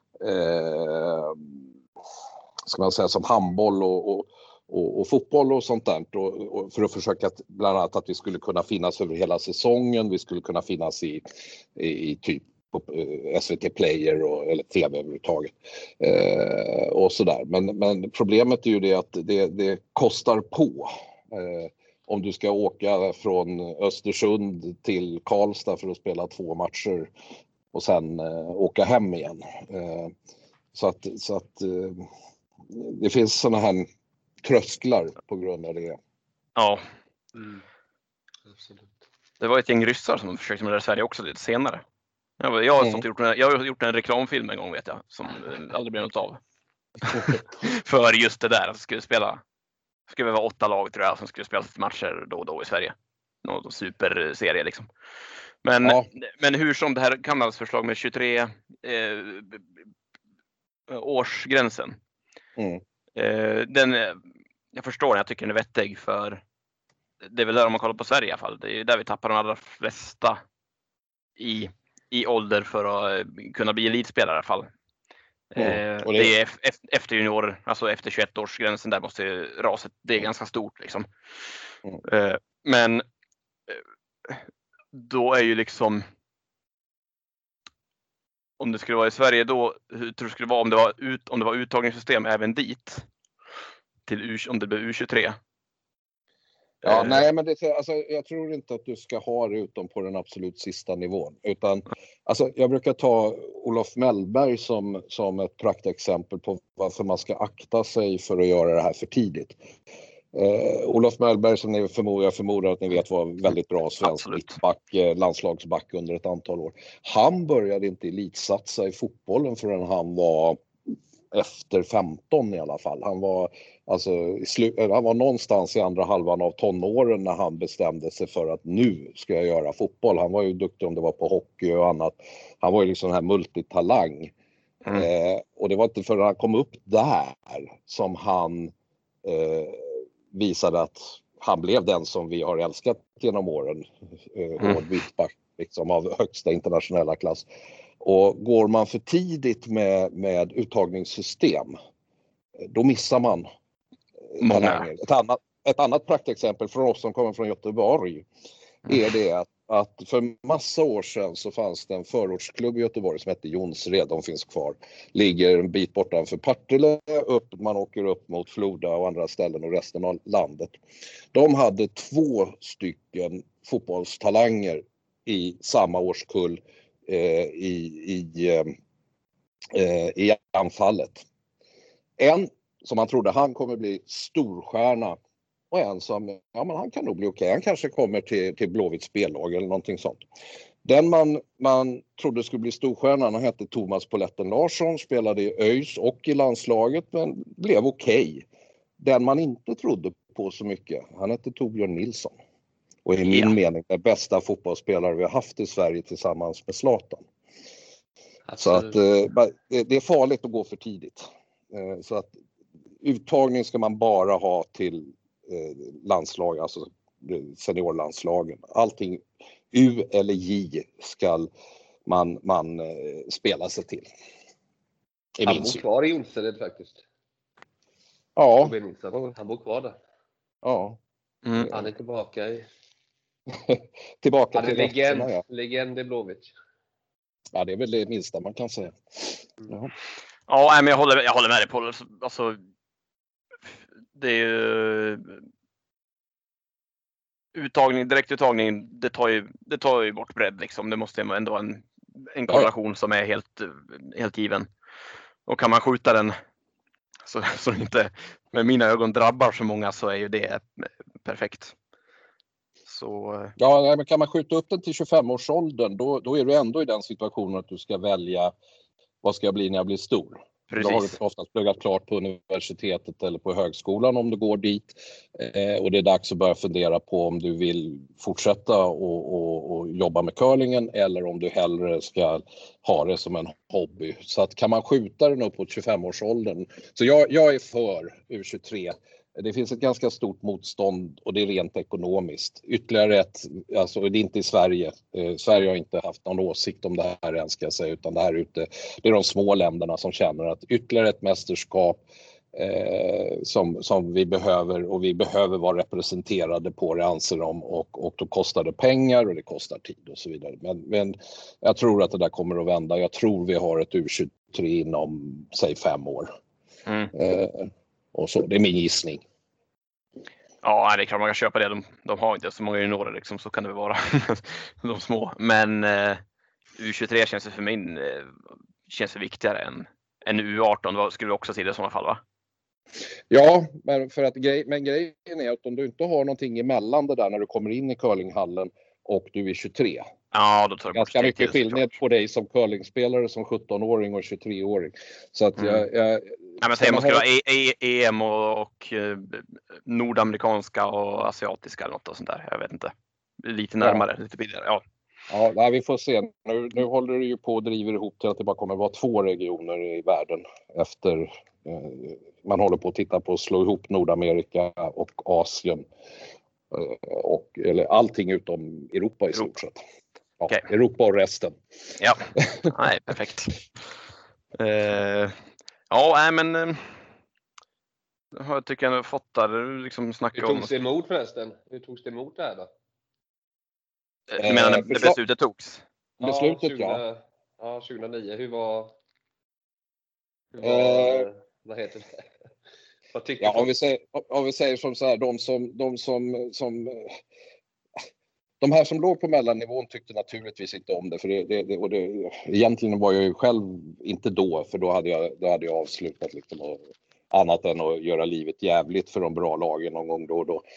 ska man säga, som handboll och fotboll och sånt där, och för att försöka bland annat att vi skulle kunna finnas över hela säsongen, vi skulle kunna finnas i typ SVT Player eller TV överhuvudtaget och sådär. Men problemet är ju det att det kostar på. Om du ska åka från Östersund till Karlstad för att spela 2 matcher och sen åka hem igen. Så att det finns såna här trösklar på grund av det. Ja. Absolut. Det var ett gäng ryssar som försökte med det i Sverige också lite senare. Jag har gjort en reklamfilm en gång, vet jag, som aldrig blev något av. För just det där, skulle vara 8 lag tror jag som skulle spela matcher då och då i Sverige. Någon superserie liksom. Men hur som det här Kanadas förslag med 23 årsgränsen. Jag förstår den, jag tycker den är vettig, för det är väl där om man kollar på Sverige i alla fall. Det är där vi tappar de allra flesta i ålder för att kunna bli elitspelare i alla fall. Det är efter junior, alltså efter 21-årsgränsen, där måste raset, det är ganska stort liksom. Men då är ju liksom, om det skulle vara i Sverige då, hur tror du det skulle vara om det var uttagningssystem även dit till om det blir U23? Ja, nej, men jag tror inte att du ska ha det utom på den absolut sista nivån. Utan, alltså, jag brukar ta Olof Mellberg som ett praktexempel på varför man ska akta sig för att göra det här för tidigt. Olof Mellberg, som jag förmodar att ni vet, var väldigt bra svensk mittback, landslagsback under ett antal år. Han började inte elitsatsa i fotbollen förrän han var efter 15 i alla fall. Han var någonstans i andra halvan av tonåren när han bestämde sig för att nu ska jag göra fotboll. Han var ju duktig om det var på hockey och annat. Han var ju liksom den här multitalang. Och det var inte förrän han kom upp där som han visade att han blev den som vi har älskat genom åren. Hård mittback liksom av högsta internationella klass. Och går man för tidigt med uttagningssystem, då missar man många. Ett annat praktexempel från oss som kommer från Göteborg är det att för massa år sedan så fanns det en förortsklubb i Göteborg som hette Jonsered, de finns kvar. Ligger en bit bortanför Partille, man åker upp mot Floda och andra ställen och resten av landet. De hade 2 stycken fotbollstalanger i samma årskull i anfallet. En som man trodde han kommer bli storstjärna och en som, men han kan nog bli okej. Han kanske kommer till Blåvitts spellag eller någonting sånt. Den man trodde skulle bli storstjärnan, han hette Thomas Poletten Larsson, spelade i ÖIS och i landslaget men blev okej. Den man inte trodde på så mycket, han hette Torbjörn Nilsson. Och i min mening den bästa fotbollsspelare vi har haft i Sverige tillsammans med Zlatan. Absolut. Så att det är farligt att gå för tidigt. Så att uttagning ska man bara ha till landslag, alltså seniorlandslagen. Allting U eller J ska man spela sig till. Han bor kvar i Jonsered faktiskt. Ja. Han bor kvar där. Ja. Mm. Han är tillbaka tillbaka han är till legend i Blåvitt. Ja, det är väl det minsta man kan säga. Ja, men jag håller med dig på. Alltså, det är ju direktuttagning, det tar ju bort bredd liksom. Det måste ändå vara en korrelation som är helt given. Och kan man skjuta den så inte med mina ögon drabbar så många, så är ju det perfekt. Så ja, men kan man skjuta upp den till 25-årsåldern, då är du ändå i den situationen att du ska välja vad ska jag bli när jag blir stor. Precis. Då har du oftast pluggat klart på universitetet eller på högskolan om du går dit. Och det är dags att börja fundera på om du vill fortsätta och jobba med curlingen eller om du hellre ska ha det som en hobby. Så att kan man skjuta den upp på 25-årsåldern. Så jag är för U23. Det finns ett ganska stort motstånd och det är rent ekonomiskt. Ytterligare alltså det är inte i Sverige. Sverige har inte haft någon åsikt om det här än, ska jag säga, utan det här ute. Det är de små länderna som känner att ytterligare ett mästerskap som vi behöver, och vi behöver vara representerade på det, anser de, och då kostar det pengar och det kostar tid och så vidare. Men jag tror att det där kommer att vända. Jag tror vi har ett U23 inom, säg 5 år. Och så, det är min gissning. Ja, det är klart man kan köpa det. De har inte så många juniorer liksom, så kan det väl vara. De små. Men U23 känns för mig känns viktigare än U18. Vad skulle vi också se det i sådana fall, va? Ja, men grejen är att om du inte har någonting emellan det där när du kommer in i curlinghallen och du är 23. Ja, då tar det ganska mycket skillnad på dig som curlingspelare som 17-åring och 23-åring. Så att ja, men säg man skulle ha EM och nordamerikanska och asiatiska eller något och sånt där. Jag vet inte. Lite närmare, lite billigare. Ja, vi får se. Nu håller det ju på och driver ihop till att det bara kommer vara 2 regioner i världen efter man håller på att titta på att slå ihop Nordamerika och Asien eller allting utom Europa i stort sett. Ja, okay. Europa och resten. Ja, nej, perfekt. Ja, men jag tycker jag har fått där liksom snacka om. Hur togs det emot förresten? Hur togs det emot det här då? Du menar när beslutet togs? Beslutet, ja. 2009. Hur var vad heter det? Vad tycker du? Om vi säger som så här, de här som låg på mellannivån tyckte naturligtvis inte om det, för egentligen var jag ju själv inte då, för då hade jag avslutat liksom annat än att göra livet jävligt för de bra lagen någon gång då och då.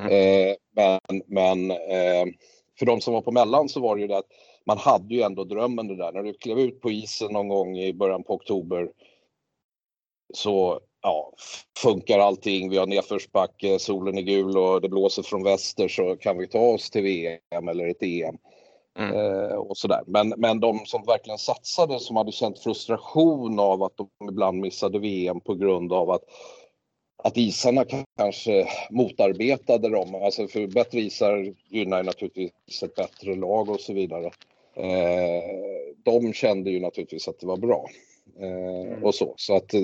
Men för de som var på mellan så var det ju det att man hade ju ändå drömmen det där. När du klev ut på isen någon gång i början på oktober så funkar allting. Vi har nedförsbacke, solen är gul och det blåser från väster, så kan vi ta oss till VM eller ett EM. Och sådär. Men de som verkligen satsade, som hade känt frustration av att de ibland missade VM på grund av att isarna kanske motarbetade dem. Alltså för bättre isar gynnar naturligtvis ett bättre lag och så vidare. De kände ju naturligtvis att det var bra. Och så att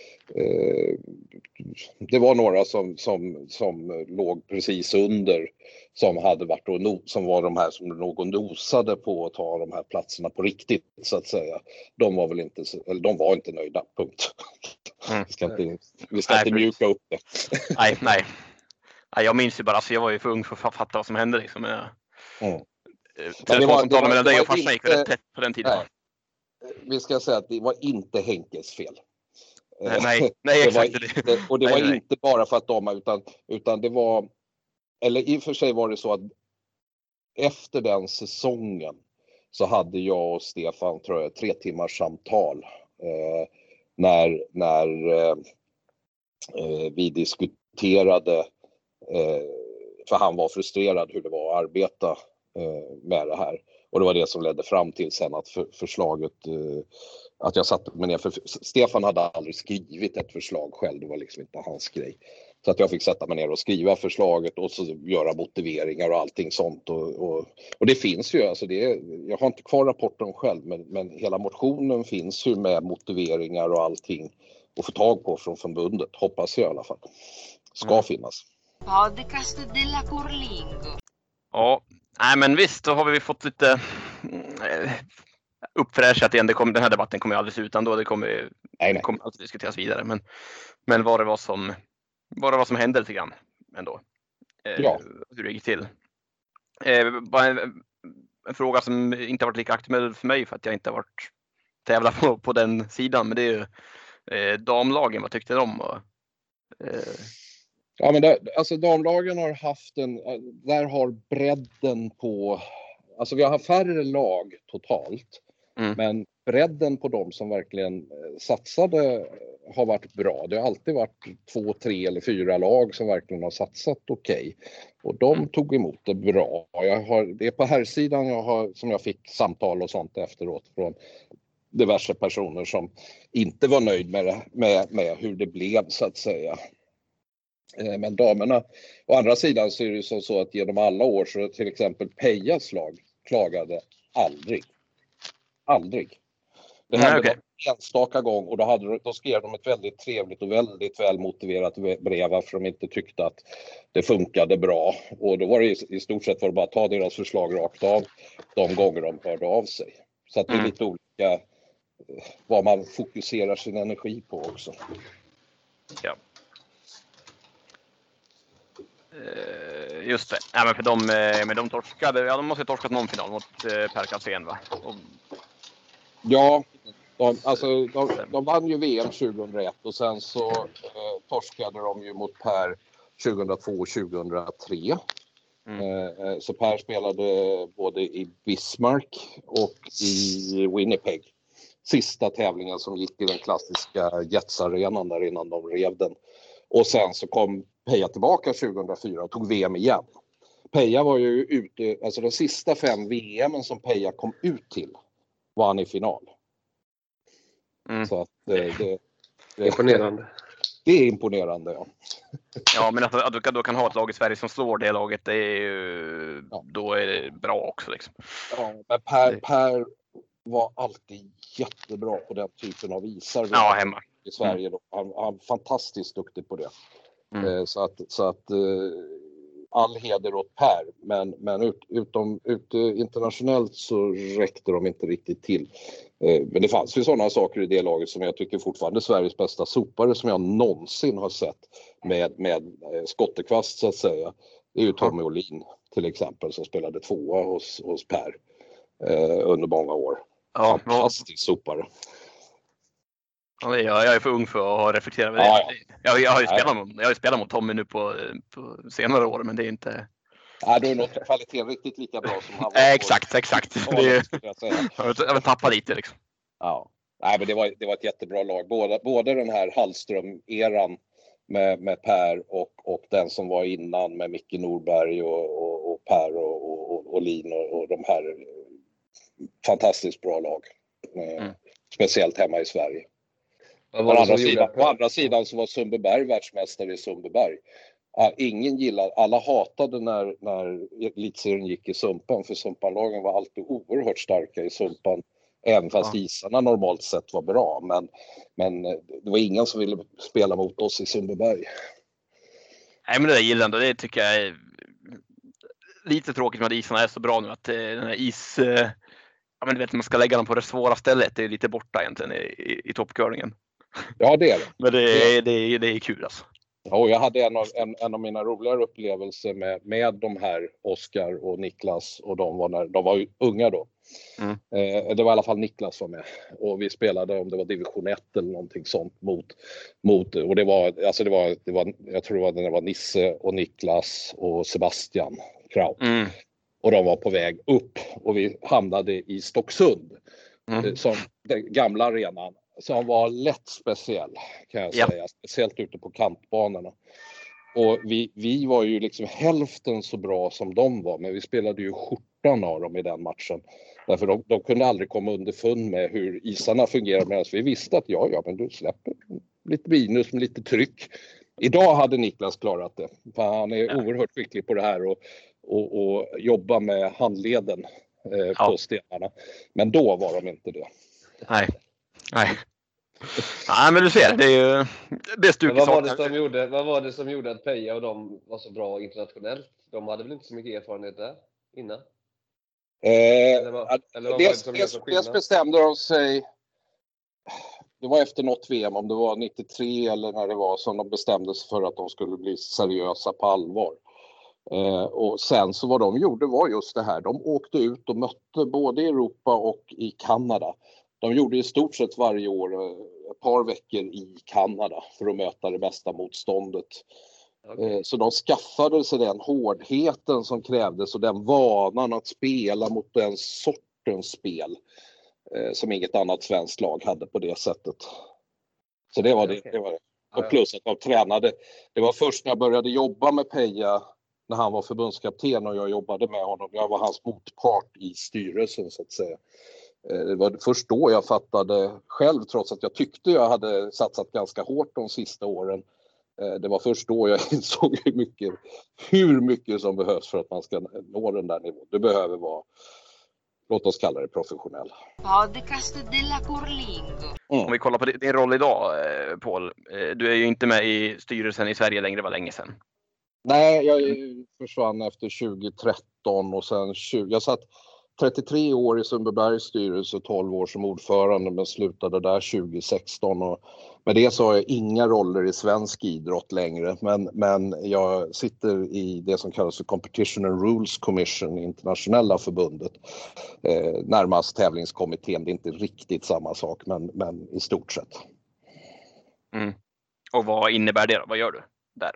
det var några som låg precis under, som hade varit som var de här som någon nosade på att ta de här platserna på riktigt, så att säga. De var inte nöjda, punkt. Vi ska inte mjuka upp det. Nej, jag minns ju bara, alltså jag var ju för ung för att fatta vad som hände liksom. Telefonsamtalen mellan dig och farsan gick väldigt tätt på den tiden. Vi ska säga att det var inte Henkes fel. Nej, exakt. Och det var inte bara för att utan det var, eller i och för sig var det så att efter den säsongen så hade jag och Stefan, tror jag, 3 timmars samtal när vi diskuterade För han var frustrerad hur det var att arbeta med det här. Och det var det som ledde fram till sen att förslaget, att jag satte mig ner, för Stefan hade aldrig skrivit ett förslag själv, det var liksom inte hans grej. Så att jag fick sätta mig ner och skriva förslaget och så göra motiveringar och allting sånt. Och det finns ju, alltså jag har inte kvar rapporten själv, men hela motionen finns ju med motiveringar och allting att få tag på från förbundet, hoppas jag i alla fall. Ska finnas. Podcast della Curlingo. Ja, nej men visst, då har vi fått lite uppfräschat igen. Den här debatten kommer ju aldrig sluta ändå. Det kommer alltid diskuteras vidare. Men vad det var som hände lite grann ändå. Hur det gick till. Bara en fråga som inte har varit lika aktuell för mig för att jag inte har varit tävlat på den sidan. Men det är ju damlagen. Vad tyckte de? Ja, men alltså damlagen har haft där har bredden på, alltså vi har haft färre lag totalt, men bredden på dem som verkligen satsade har varit bra. Det har alltid varit 2, 3 eller 4 lag som verkligen har satsat okej. Och de tog emot det bra. Det är på här sidan som jag fick samtal och sånt efteråt från diverse personer som inte var nöjd med hur det blev så att säga. Men damerna, å andra sidan så är det ju så att genom alla år så till exempel Pejas lag klagade aldrig. Det hände en enstaka gång och då skrev de ett väldigt trevligt och väldigt väl motiverat brev för de inte tyckte att det funkade bra. Och då var det i stort sett bara att ta deras förslag rakt av de gånger de hörde av sig. Så att det är lite olika vad man fokuserar sin energi på också. Ja. Just det. Ja, men för de torskade, de måste ha torskat någon final mot Per Kalsén, va? Ja, de vann ju VM 2001 och sen så torskade de ju mot Per 2002 och 2003. Så Per spelade både i Bismarck och i Winnipeg. Sista tävlingen som gick i den klassiska Jetsarenan där innan de rev den. Och sen så kom Peja tillbaka 2004 och tog VM igen. Peja var ju ute, alltså de sista 5 VM som Peja kom ut till var han i final. Så att det imponerande. Det är imponerande, ja. Ja, men att du kan ha ett lag i Sverige som slår det laget, det är ju, då är det bra också liksom. Ja, men Per var alltid jättebra på den typen av isar. Ja, hemma. I Sverige då. Han är fantastiskt duktig på det. Så att all heder åt Per, men ute internationellt så räckte de inte riktigt till. Men det fanns ju sådana saker i det laget som jag tycker fortfarande är Sveriges bästa sopare som jag någonsin har sett med skottekvast så att säga. Det är ju Tommy Olin till exempel som spelade 2 hos Per under många år. Ja, fantastisk sopare. Ja, jag är för ung för att ha reflekterat över det. Ja. Jag har ju spelat mot Tommy nu på senare år, men det är inte... Ja, då är nog kvaliteten riktigt lika bra som han var. Exakt. Jag vill tappa lite liksom. Ja, nej, men det var ett jättebra lag. Både den här Hallström-eran med Per och den som var innan med Micke Norberg och Per och Lin och de här fantastiskt bra lag. Speciellt hemma i Sverige. På andra sidan så var Sundbyberg världsmästare i Sundbyberg. Ingen gillade, alla hatade när elitserien gick i Sumpan, för Sumpanlagen var alltid oerhört starka i Sumpan, även fast isarna normalt sett var bra, men det var ingen som ville spela mot oss i Sundbyberg. Nej, men det där gillar jag ändå. Det tycker jag är lite tråkigt med att isarna är så bra nu, att den här ja, men du vet, man ska lägga dem på det svåra stället, det är lite borta egentligen i toppcurlingen. Ja, det är det. Men det är kul alltså. Ja, och jag hade en av mina roligare upplevelser med de här Oskar och Niklas, och de var unga då. Det var i alla fall Niklas var med, och vi spelade, om det var division 1 eller någonting sånt mot och det var jag tror det var Nisse och Niklas och Sebastian Kraut. Och de var på väg upp och vi hamnade i Stocksund som den gamla arenan. Som var lätt speciell kan jag säga, speciellt ute på kantbanorna. Och vi var ju liksom hälften så bra som de var, men vi spelade ju skjortan av dem i den matchen. Därför de kunde aldrig komma underfund med hur isarna fungerar, medan vi visste att ja, men du släpper lite minus med lite tryck. Idag hade Niklas klarat det. För han är oerhört skicklig på det här och jobba med handleden på stenarna. Men då var de inte det. Nej. Nej, men du ser, det är ju det stukigt. Vad var det som gjorde att Peja och de var så bra internationellt? De hade väl inte så mycket erfarenhet där innan? Dels bestämde de sig, det var efter något VM, om det var 93 eller när det var, som de bestämde sig för att de skulle bli seriösa på allvar. Och sen så vad de gjorde var just det här, de åkte ut och mötte både i Europa och i Kanada. De gjorde i stort sett varje år ett par veckor i Kanada för att möta det bästa motståndet. Okay. Så de skaffade sig den hårdheten som krävdes och den vanan att spela mot den sortens spel som inget annat svenskt lag hade på det sättet. Så det var det. Och plus att de tränade. Det var först när jag började jobba med Peja när han var förbundskapten och jag jobbade med honom. Jag var hans motpart i styrelsen så att säga. Det var först då jag fattade själv, trots att jag tyckte jag hade satsat ganska hårt de sista åren. Det var först då jag insåg hur mycket som behövs för att man ska nå den där nivån. Det behöver vara, låt oss kalla det professionell. Podcast della Curlingo. Om vi kollar på din roll idag, Paul. Du är ju inte med i styrelsen i Sverige längre, var länge sedan. Nej, jag försvann efter 2013 och sen jag satt 33 år i Sundbybergs styrelse, 12 år som ordförande, men slutade där 2016. Och med det så har jag inga roller i svensk idrott längre, men jag sitter i det som kallas för Competition and Rules Commission, internationella förbundet. Närmast tävlingskommittén, det är inte riktigt samma sak, men i stort sett. Mm. Och vad innebär det då? Vad gör du där?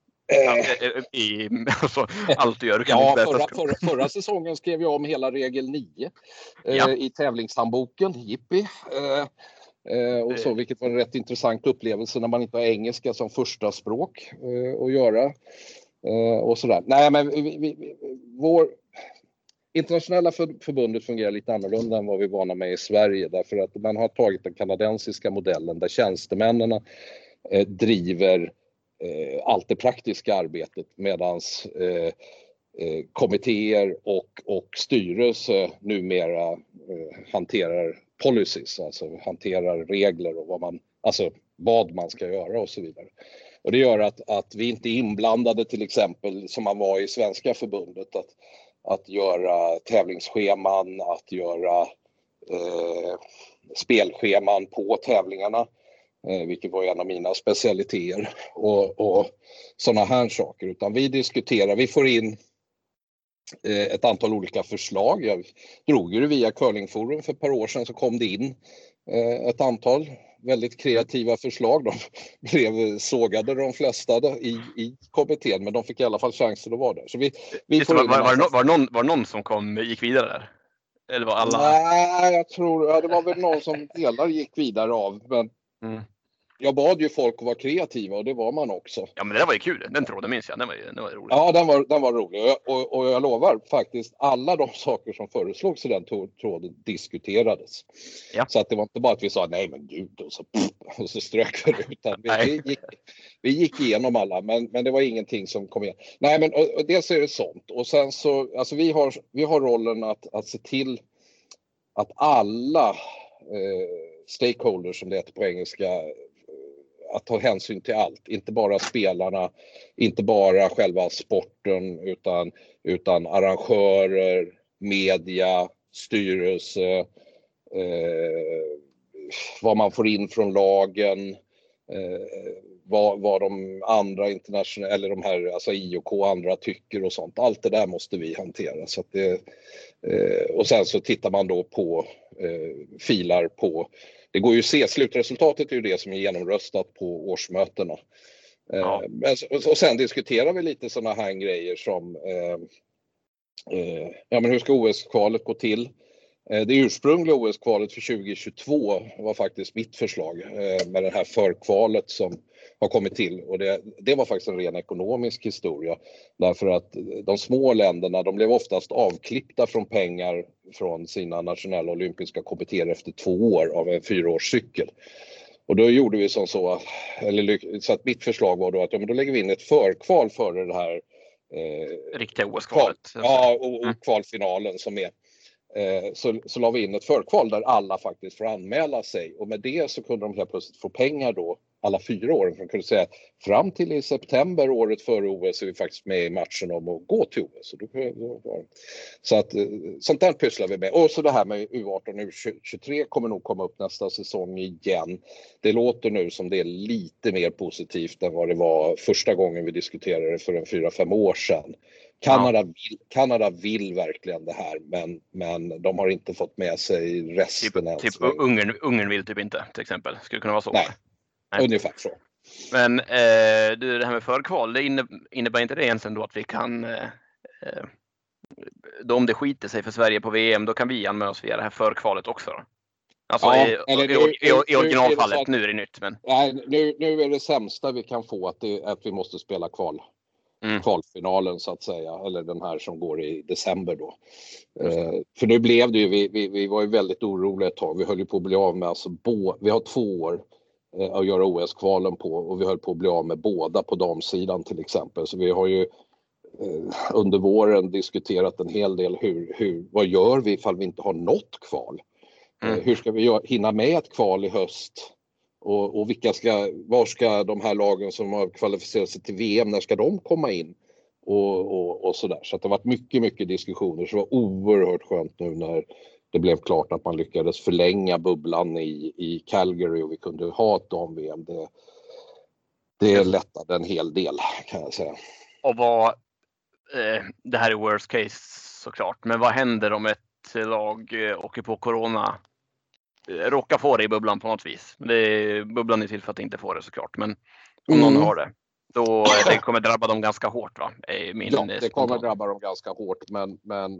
Allt du gör. Förra säsongen skrev jag om hela regel 9 i tävlingshandboken, Jippi. Och så, vilket var en rätt intressant upplevelse när man inte har engelska som första språk att göra. Och sådär. Nej, men vår internationella förbundet fungerar lite annorlunda än vad vi är vana med i Sverige, därför att man har tagit den kanadensiska modellen där tjänstemännen driver allt det praktiska arbetet, medans kommittéer och styrelse numera hanterar policies, alltså hanterar regler och vad man ska göra och så vidare. Och det gör att vi inte är inblandade, till exempel som man var i svenska förbundet, att göra tävlingsscheman, att göra spelscheman på tävlingarna. Vilket var en av mina specialiteter och sådana här saker, utan vi diskuterar, vi får in ett antal olika förslag. Jag drog ju det via Curlingforum för ett par år sedan, så kom det in ett antal väldigt kreativa förslag. De blev sågade de flesta i kommittén, men de fick i alla fall chansen att vara där. Så var någon som gick vidare där? Eller var alla? Nej, jag tror det var väl någon som delar gick vidare av, men jag bad ju folk att vara kreativa och det var man också. Ja, men det där var ju kul. Den tråden minns jag. Den var rolig. Ja, den var rolig. Och jag lovar faktiskt, alla de saker som föreslogs i den tråden diskuterades. Ja. Så att det var inte bara att vi sa nej men gud och så strök vi det, utan vi gick igenom alla, men det var ingenting som kom igen. Nej, men och dels är det sånt. Och sen så, alltså vi har rollen att se till att alla stakeholders, som det heter på engelska, att ta hänsyn till allt, inte bara spelarna, inte bara själva sporten, utan arrangörer, media, styrelse, vad man får in från lagen, vad de andra internationella, eller de här, alltså IOK och andra tycker och sånt. Allt det där måste vi hantera. Så att och sen så tittar man då på filar på, det går ju att se, slutresultatet är ju det som är genomröstat på årsmötena. Ja. Och sen diskuterar vi lite sådana här grejer som men hur ska OS-kvalet gå till? Det ursprungliga OS-kvalet för 2022 var faktiskt mitt förslag med det här förkvalet som har kommit till, och det var faktiskt en ren ekonomisk historia, därför att de små länderna, de blev oftast avklippta från pengar från sina nationella olympiska kommittéer efter 2 år av en 4-årscykel. Och då gjorde vi som så att mitt förslag var då att då lägger vi in ett förkval före det här riktiga OS-kvalet. Och kvalfinalen som är. Så la vi in ett förkval där alla faktiskt får anmäla sig, och med det så kunde de helt plötsligt få pengar då alla 4 år. De kunde säga fram till i september året före OS är vi faktiskt med i matchen om att gå till OS. Så att sånt där pysslar vi med. Och så det här med U18 och U23 kommer nog komma upp nästa säsong igen. Det låter nu som det är lite mer positivt än vad det var första gången vi diskuterade det för 4-5 år sedan. Kanada vill verkligen det här, men de har inte fått med sig resten. Typ Ungern vill typ inte, till exempel. Skulle kunna vara så. Nej. Ungefär så. Men det här med förkval, det innebär inte det egentligen då att vi kan då om det skiter sig för Sverige på VM, då kan vi anmäla oss via det här förkvalet också då? Alltså i originalfallet, nu är det nytt. Men... Nej, nu är det sämsta vi kan få att vi måste spela kvalfinalen så att säga, eller den här som går i december då. För nu blev det ju, vi var ju väldigt oroliga ett tag, vi höll ju på att bli av med, alltså vi har 2 år att göra OS-kvalen på, och vi höll på att bli av med båda på damsidan till exempel, så vi har ju under våren diskuterat en hel del vad gör vi ifall vi inte har något kval? Hur ska vi hinna med ett kval i höst? Och var ska de här lagen som har kvalificerat sig till VM, när ska de komma in? Och sådär. Så att det har varit mycket diskussioner, så det var oerhört skönt nu när det blev klart att man lyckades förlänga bubblan i Calgary och vi kunde ha ett dam-VM. Det lättade en hel del, kan jag säga. Och det här är worst case såklart, men vad händer om ett lag åker på corona, råkar få det i bubblan på något vis? Bubblan är till för att inte få det såklart, men om någon har det, då det kommer drabba dem ganska hårt, va? Det kommer drabba dem ganska hårt, men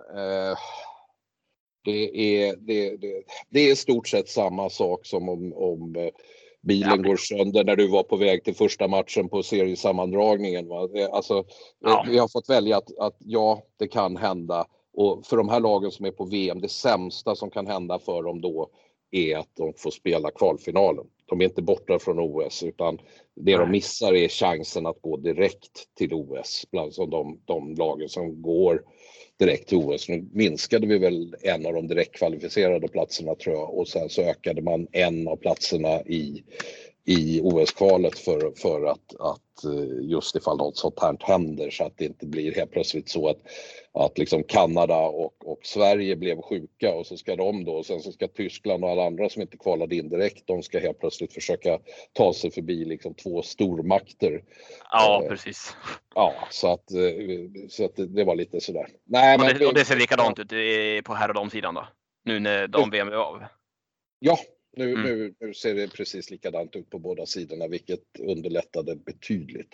det är i stort sett samma sak som om bilen går sönder när du var på väg till första matchen på seriesammandragningen. Va? Vi har fått välja att det kan hända. Och för de här lagen som är på VM, det sämsta som kan hända för dem då är att de får spela kvalfinalen. De är inte borta från OS, utan det de missar är chansen att gå direkt till OS. Bland de lagen som går direkt till OS. Nu minskade vi väl en av de direkt kvalificerade platserna, tror jag, och sen så ökade man en av platserna i OS-kvalet för att just ifall något sånt här händer, så att det inte blir helt plötsligt så att liksom Kanada och Sverige blev sjuka, och så ska de då, och sen så ska Tyskland och alla andra som inte kvalade in direkt, de ska helt plötsligt försöka ta sig förbi liksom 2 stormakter. Ja, precis. Ja, så att det var lite sådär. Nej, och det ser likadant ut på här och damsidan då? Nu när dam-VM är av? Ja. Nu ser det precis likadant ut på båda sidorna, vilket underlättade betydligt.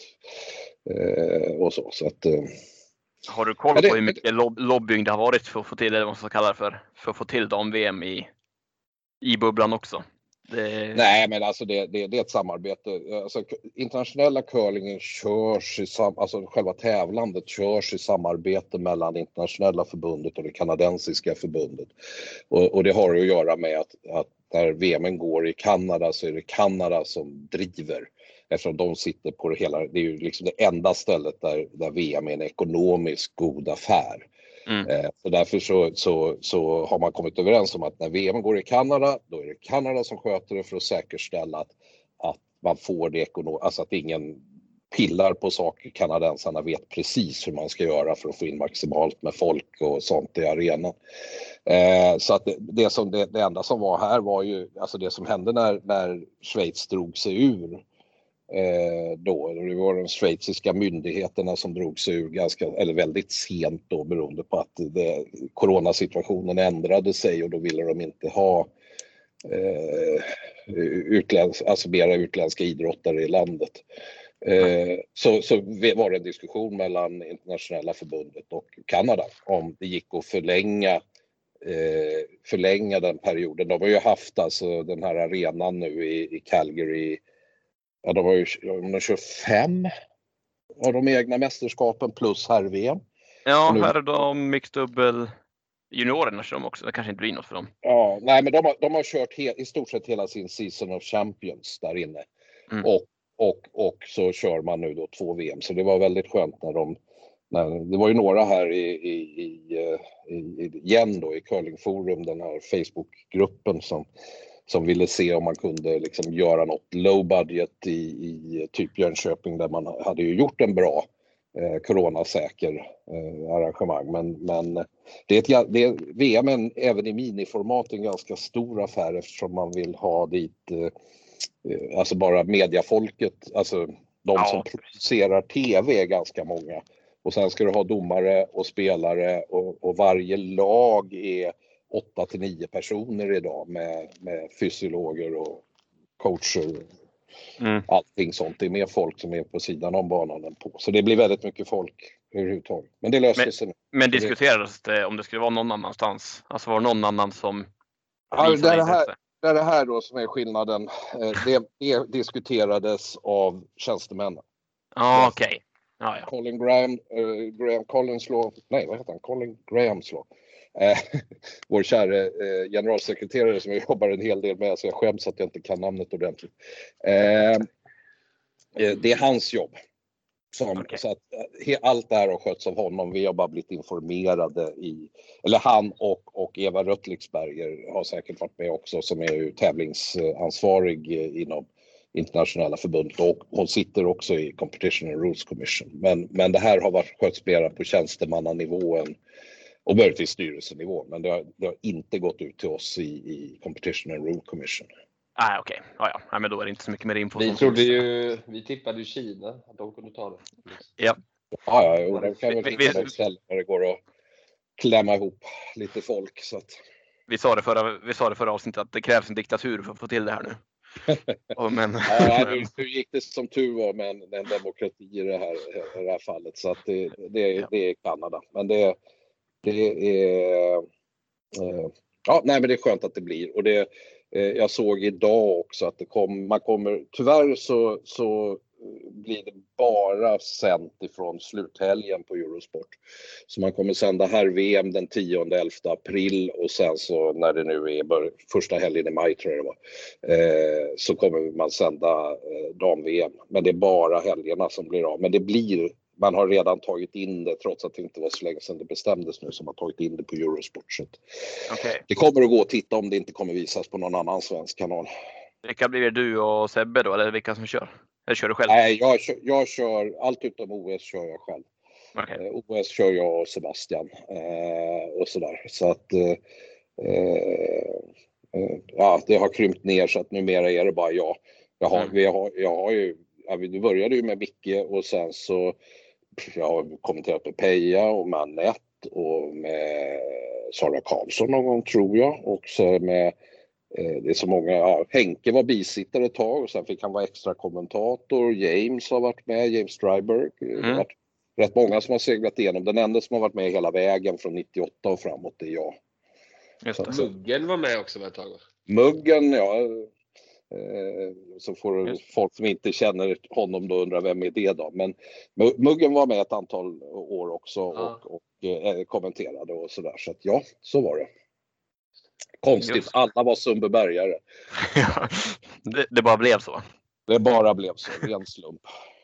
Så att, har du koll på hur mycket lobbying det har varit för att få till det, vad man ska kalla det för att få till dam-VM i bubblan också? Nej, men alltså det är ett samarbete. Alltså, internationella curlingen körs själva tävlandet körs i samarbete mellan internationella förbundet och det kanadensiska förbundet. Och det har att göra med att när VM går i Kanada så är det Kanada som driver. Eftersom de sitter på det hela, det är ju liksom det enda stället där VM är en ekonomisk god affär. Så därför så har man kommit överens om att när VM går i Kanada, då är det Kanada som sköter det för att säkerställa att man får det alltså att ingen pillar på saker. Kanadensarna vet precis hur man ska göra för att få in maximalt med folk och sånt i arenan. Så att det enda som var här var ju, alltså det som hände när Schweiz drog sig ur då. Det var de schweiziska myndigheterna som drog sig ur väldigt sent då, beroende på att coronasituationen ändrade sig, och då ville de inte ha mera utländska idrottare i landet. Så var det en diskussion mellan internationella förbundet och Kanada om det gick att förlänga förlänga den perioden. De har ju haft alltså den här arenan nu i Calgary. Ja, de kör 5 av de egna mästerskapen plus herr-VM. Ja, nu, här är de mixdubbel juniorerna kör de också. Det kanske inte blir något för dem. Ja, nej, men de har kört i stort sett hela sin season of champions där inne. Och så kör man nu då 2 VM. Så det var väldigt skönt det var ju några här igen då i Curlingforum, den här Facebookgruppen som ville se om man kunde liksom göra något low budget i typ Jönköping, där man hade ju gjort en bra coronasäker arrangemang. Men det är VM även i miniformat en ganska stor affär, eftersom man vill ha dit alltså bara mediafolket, alltså de som producerar tv är ganska många. Och sen ska du ha domare och spelare och varje lag är 8-9 personer idag med fysiologer och coacher. Allting sånt. Det är mer folk som är på sidan om banan än på. Så det blir väldigt mycket folk överhuvudtaget. Men det löser sig nu. Men diskuterades det om det skulle vara någon annanstans? Alltså var det någon annan som... Ja, det är det här då som är skillnaden. Det diskuterades av tjänstemännen. Ja, okej. Ja. Colin Grahamslaw. Vår kära generalsekreterare som jag jobbar en hel del med, så jag skäms att jag inte kan namnet ordentligt. Det är hans jobb. Så att allt det här har skötts av honom. Vi har bara blivit informerade eller han och Eva Röttliksberger har säkert varit med också, som är ju tävlingsansvarig inom internationella förbundet, och hon sitter också i Competition and Rules Commission. Men det här har varit skötts mer på tjänstemannanivån och möjligtvis styrelsenivå, men det har inte gått ut till oss i Competition and Rule Commission. Okej. Ja, men då är det inte så mycket mer info. Vi tippade ju Kina att de kunde ta det. Ja. Ja, de kan väl hitta något ställe där det går att klämma ihop lite folk. Så att... Vi sa det förra avsnittet att det krävs en diktatur för att få till det här nu. Nu gick det som tur var med en demokrati i det här fallet, så att det är Kanada. Men det är men det är skönt att det blir, och det jag såg idag också att man kommer tyvärr så blir det bara sänt ifrån sluthelgen på Eurosport. Så man kommer sända här VM den 10-11 april, och sen så när det nu är första helgen i maj tror jag det var, så kommer man sända dam-VM. Men det är bara helgerna som blir av. Men man har redan tagit in det, trots att det inte var så länge sedan det bestämdes nu, som har tagit in det på Eurosport. Så det kommer att gå att titta om det inte kommer visas på någon annan svensk kanal. Vilka blir det, du och Sebbe då, eller vilka som kör? Eller kör du själv? Nej, jag kör allt utom OS kör jag själv. OS kör jag och Sebastian och sådär. Så att det har krympt ner, så att numera är det bara jag. Vi började ju med Micke, och sen så jag har kommenterat med Peja och med Annette och med Sara Karlsson någon gång tror jag, och så med det är så många. Henke var bisittare ett tag, och sen fick han vara extra kommentator. James har varit med, James Stryberg. Det har varit rätt många som har seglat igenom. Den enda som har varit med hela vägen från 98 och framåt är jag. Muggen var med också ett tag. Muggen, så får folk som inte känner honom då undra vem är det då. Men Muggen var med ett antal år också och kommenterade och sådär. Så att så var det. Konstigt, alla var Sundbybergare. Ja, det bara blev så. Det bara blev så, ren slump.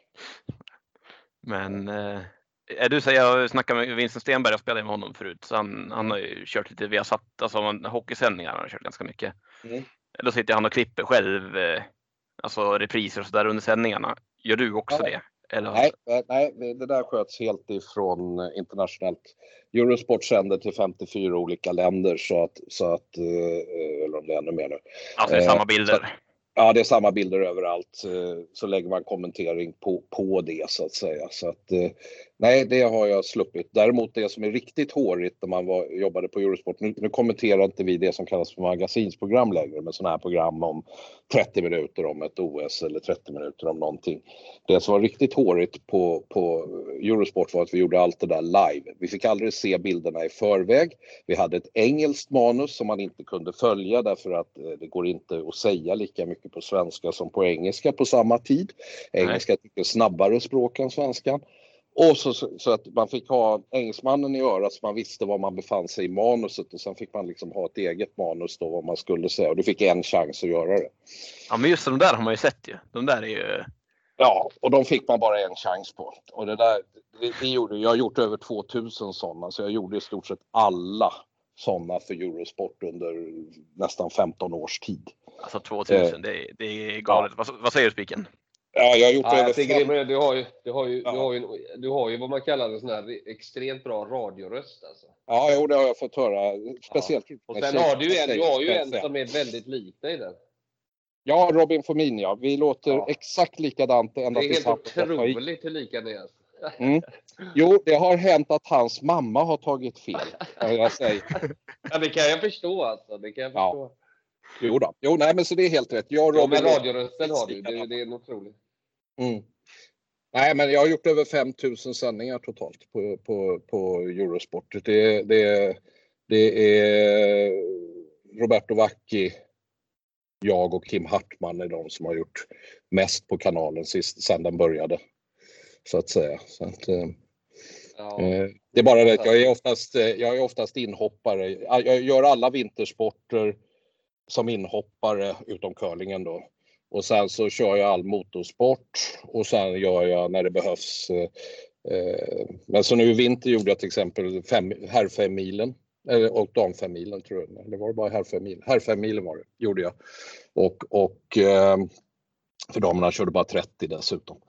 Men jag snackade med Vincent Stenberg, jag spelade med honom förut. Så han har ju kört lite, vi har satt hockeysändningar, han har kört ganska mycket. Då sitter han och klipper själv, alltså repriser och så där under sändningarna. Gör du också det? Eller? Nej, det där sköts helt ifrån internationellt. Eurosport sänder till 54 olika länder, så att eller om det är ännu mer nu. Alltså det är samma bilder. Ja, det är samma bilder överallt, så lägger man kommentering på det så att säga. Så att, nej, det har jag sluppit. Däremot det som är riktigt hårigt när man jobbade på Eurosport, nu kommenterar inte vi det som kallas för magasinsprogram längre, men sådana här program om 30 minuter om ett OS eller 30 minuter om någonting. Det som var riktigt hårigt på Eurosport var att vi gjorde allt det där live. Vi fick aldrig se bilderna i förväg. Vi hade ett engelskt manus som man inte kunde följa därför att det går inte att säga lika mycket på svenska som på engelska på samma tid. Engelska är ett mycket snabbare språk än svenskan. Och så att man fick ha engelsmannen i örat så man visste var man befann sig i manuset, och sen fick man liksom ha ett eget manus då vad man skulle säga, och du fick en chans att göra det. Ja, men just de där har man ju sett ju. De där är ju... Ja, och de fick man bara en chans på. Och det där, jag har gjort över 2000 sådana, så jag gjorde i stort sett alla sådana för Eurosport under nästan 15 års tid. Alltså 2000, det är galet. Ja. Vad säger du, Spiken? Ja, jag har gjort över... Du har ju vad man kallar en sån här extremt bra radioröst alltså. Ja, det har jag fått höra. Speciellt. Ja. Och sen har du ju en som är väldigt lik dig där. Ja, Robin Fomin, ja. Vi låter exakt likadant ända tills han... Det är helt otroligt hur lika det är. Mm. Jo, det har hänt att hans mamma har tagit fel. Jag säger. Ja, det kan jag förstå alltså. Det kan jag förstå. Ja. Jo, nej, men så det är helt rätt. Men radiorösten har du. Det är otroligt. Mm. Nej, men jag har gjort över 5000 sändningar totalt på Eurosport. Det är Roberto Vacchi, jag och Kim Hartman är de som har gjort mest på kanalen sedan den började. Så att säga. Så att, det är bara det att jag är oftast inhoppare. Jag gör alla vintersporter som inhoppare utom curlingen då. Och sen så kör jag all motorsport och sen gör jag när det behövs. Men så nu i vinter gjorde jag till exempel herr 5 milen och dam 5 milen tror jag. Eller var det bara herr 5 milen? Herr 5 milen var det, gjorde jag. Och för damerna körde bara 30 dessutom.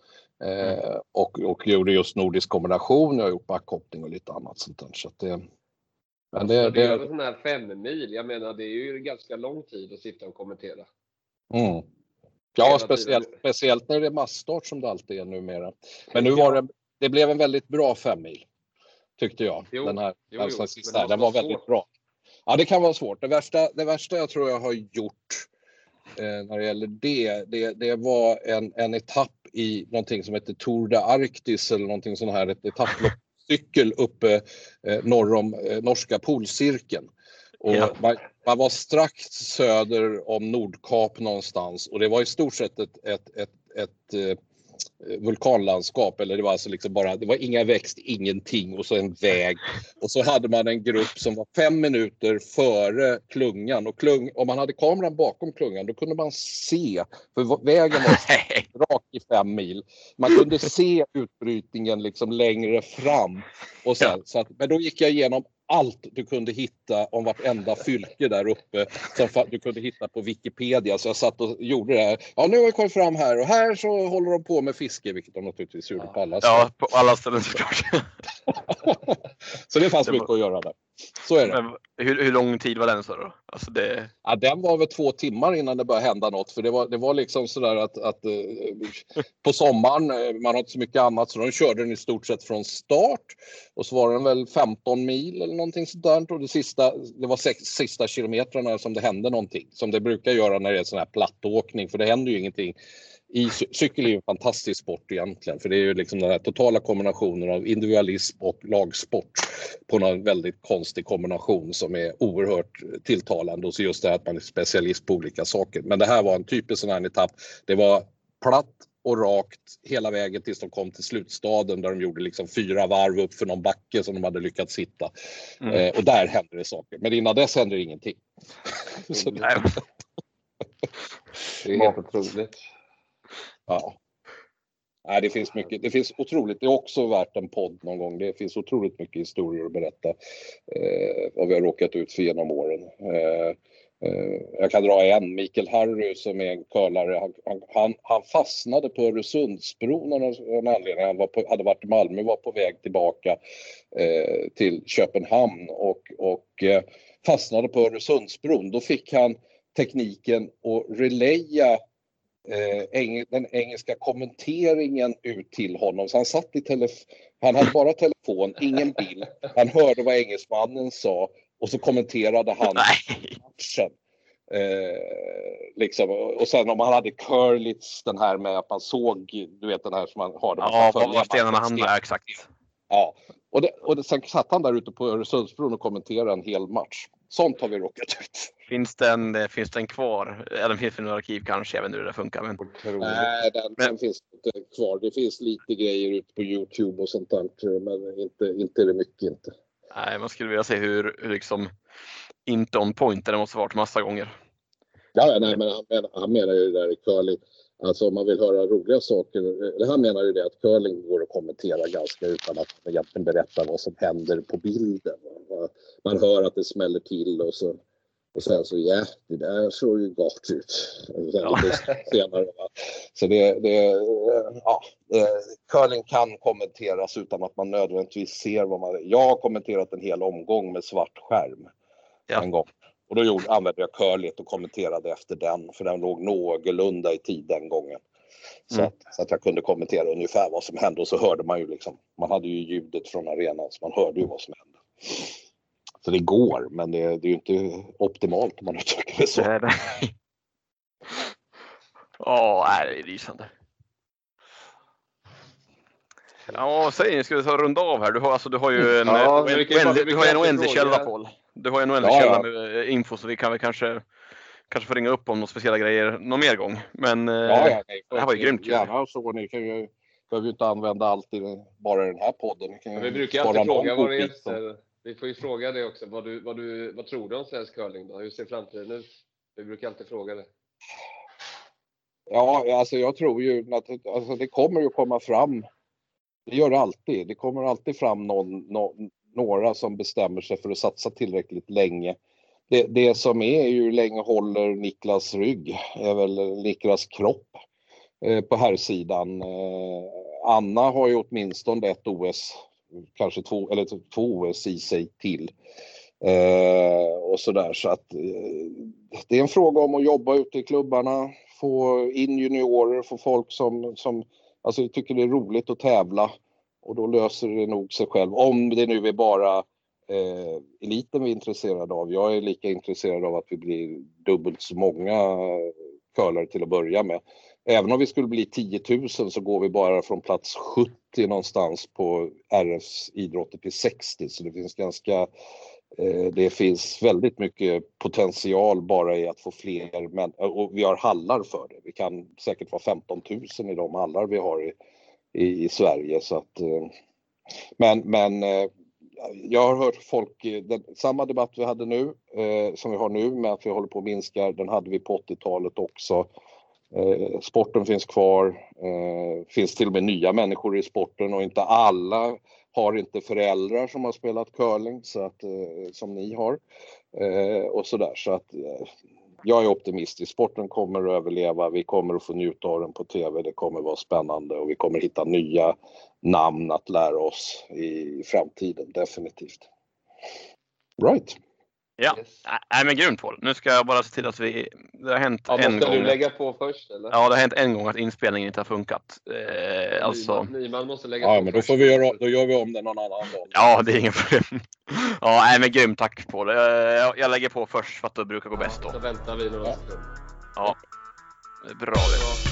Och gjorde just nordisk kombination, jag har gjort backhoppning och lite annat sånt där. Så att men det är en sån här 5 mil, jag menar det är ju ganska lång tid att sitta och kommentera. Mm. Ja, speciellt när det är massstart som det alltid är numera. Men nu var det blev en väldigt bra 5 mil tyckte jag. Den här sista, den var väldigt bra. Ja, det kan vara svårt. Det värsta jag tror jag har gjort när det gäller det var en etapp i någonting som heter Tour de Arktis eller någonting sånt här, ett etappcykel uppe norr om norska polcirkeln. Och man var strax söder om Nordkap någonstans, och det var i stort sett ett vulkanlandskap, eller det var alltså liksom bara, det var inga växt, ingenting, och så en väg, och så hade man en grupp som var 5 minuter före klungan, och om man hade kameran bakom klungan då kunde man se, för vägen var rak i 5 mil, man kunde se utbrytningen liksom längre fram, och sen, så att, men då gick jag igenom allt du kunde hitta om vartenda fylke där uppe som du kunde hitta på Wikipedia. Så jag satt och gjorde det här. Ja, nu har vi kommit fram här och här så håller de på med fiske, vilket de naturligtvis gjorde på alla ställen. Ja, på alla ställen såklart. Så det fanns mycket att göra där. Så är det. Men hur lång tid var den så då? Alltså Ja, den var väl 2 timmar innan det började hända något. För det var liksom sådär att på sommaren, man har inte så mycket annat, så de körde den i stort sett från start. Och så var den väl 15 mil eller någonting sådär. Och det var sista kilometrarna som det hände någonting. Som det brukar göra när det är sån här plattåkning, för det händer ju ingenting. Cykel är ju en fantastisk sport egentligen, för det är ju liksom den här totala kombinationen av individualism och lagsport på någon väldigt konstig kombination som är oerhört tilltalande, och så just det här att man är specialist på olika saker. Men det här var en typisk sån här etapp. Det var platt och rakt hela vägen tills de kom till slutstaden där de gjorde liksom 4 varv upp för någon backe som de hade lyckats hitta. Och där hände det saker. Men innan dess hände det ingenting. Det är helt otroligt. Ja. Nej, det finns mycket. Det finns otroligt. Det är också värt en podd någon gång. Det finns otroligt mycket historier att berätta. Vad vi har råkat ut för genom åren. Jag kan dra en. Mikael Harry som är en curlare. Han fastnade på Öresundsbron av en anledning. Han hade varit i Malmö, var på väg tillbaka till Köpenhamn och fastnade på Öresundsbron. Då fick han tekniken att relaya den engelska kommenteringen ut till honom. Så han satt han hade bara telefon, ingen bild. Han hörde vad engelsmannen sa och så kommenterade han matchen. Liksom. Och sen om man hade curlits, den här med att man såg, du vet den här som man har. Ja, var stenarna hamnar, exakt. Ja, och sen satt han där ute på Öresundsbron och kommenterade en hel match. Sånt har vi råkat ut. Finns den kvar? Eller finns det några arkiv kanske? Jag vet inte hur det funkar. Men... Nej, den finns inte kvar. Det finns lite grejer ute på YouTube och sånt där. Men inte är det mycket inte. Nej, man skulle vilja se hur liksom inte on point det måste varit massa gånger. Ja, nej, men han menar ju det där i curling. Alltså om man vill höra roliga saker. Han menar ju det att curling går att kommentera ganska utan att man egentligen berättar vad som händer på bilden. Man hör att det smäller till och sen så det där såg ju gott ut. Senare, så curling kan kommenteras utan att man nödvändigtvis ser vad man... Jag har kommenterat en hel omgång med svart skärm en gång. Och då använde jag curligt och kommenterade efter den. För den låg någorlunda i tid den gången. Så att jag kunde kommentera ungefär vad som hände. Och så hörde man ju liksom. Man hade ju ljudet från arenan. Så man hörde ju vad som hände. Så det går. Men det är ju inte optimalt om man uttrycker det så. Nej. Det är lysande. Ja, säg nu ska vi ta runda av här. Du har ju en oändlig källa, Paul. Du har ju en oändlig källa med info så vi kan väl kanske få ringa upp om några speciella grejer någon mer gång. Men det här var ju grymt. Gärna så. Ni behöver ju inte använda allt bara den här podden. Vi brukar alltid fråga vad det är. Vi får ju fråga det också. Vad tror du om svensk curling då? Hur ser framtiden ut? Vi brukar alltid fråga det. Ja, alltså jag tror ju att det kommer ju komma fram. Det gör det alltid. Det kommer alltid fram några som bestämmer sig för att satsa tillräckligt länge. Det som är ju hur länge håller Niklas rygg är väl Niklas kropp på här sidan. Anna har ju åtminstone ett OS, kanske två OS i sig till. Och sådär, så att det är en fråga om att jobba ute i klubbarna, få in juniorer, få folk som alltså tycker det är roligt att tävla, och då löser det nog sig själv. Om det nu är bara eliten vi är intresserade av. Jag är lika intresserad av att vi blir dubbelt så många curlare till att börja med. Även om vi skulle bli 10 000 så går vi bara från plats 70 någonstans på RFs idrotter till 60. Så det finns väldigt mycket potential bara i att få fler. Och vi har hallar för det. Vi kan säkert vara 15 000 i de hallar vi har i Sverige. Så att, men jag har hört folk, samma debatt vi hade nu som vi har nu med att vi håller på att minska, den hade vi på 80-talet också. Sporten finns kvar, finns till och med nya människor i sporten, och inte alla har inte föräldrar som har spelat curling så att, som ni har och sådär, så att jag är optimistisk. Sporten kommer att överleva, vi kommer att få njuta av den på tv, det kommer att vara spännande och vi kommer hitta nya namn att lära oss i framtiden, definitivt. Right. Ja, nej men grymt Paul. Nu ska jag bara se till att det har hänt en gång. Måste du lägga på först eller? Ja, det har hänt en gång att inspelningen inte har funkat. Nyman måste lägga på men då får då gör vi om det någon annan dag. Ja, det är ingen problem. Ja, nej men grymt, tack Paul. Jag lägger på först för att det brukar gå bäst då. Så väntar vi några sekunder. Ja, bra det.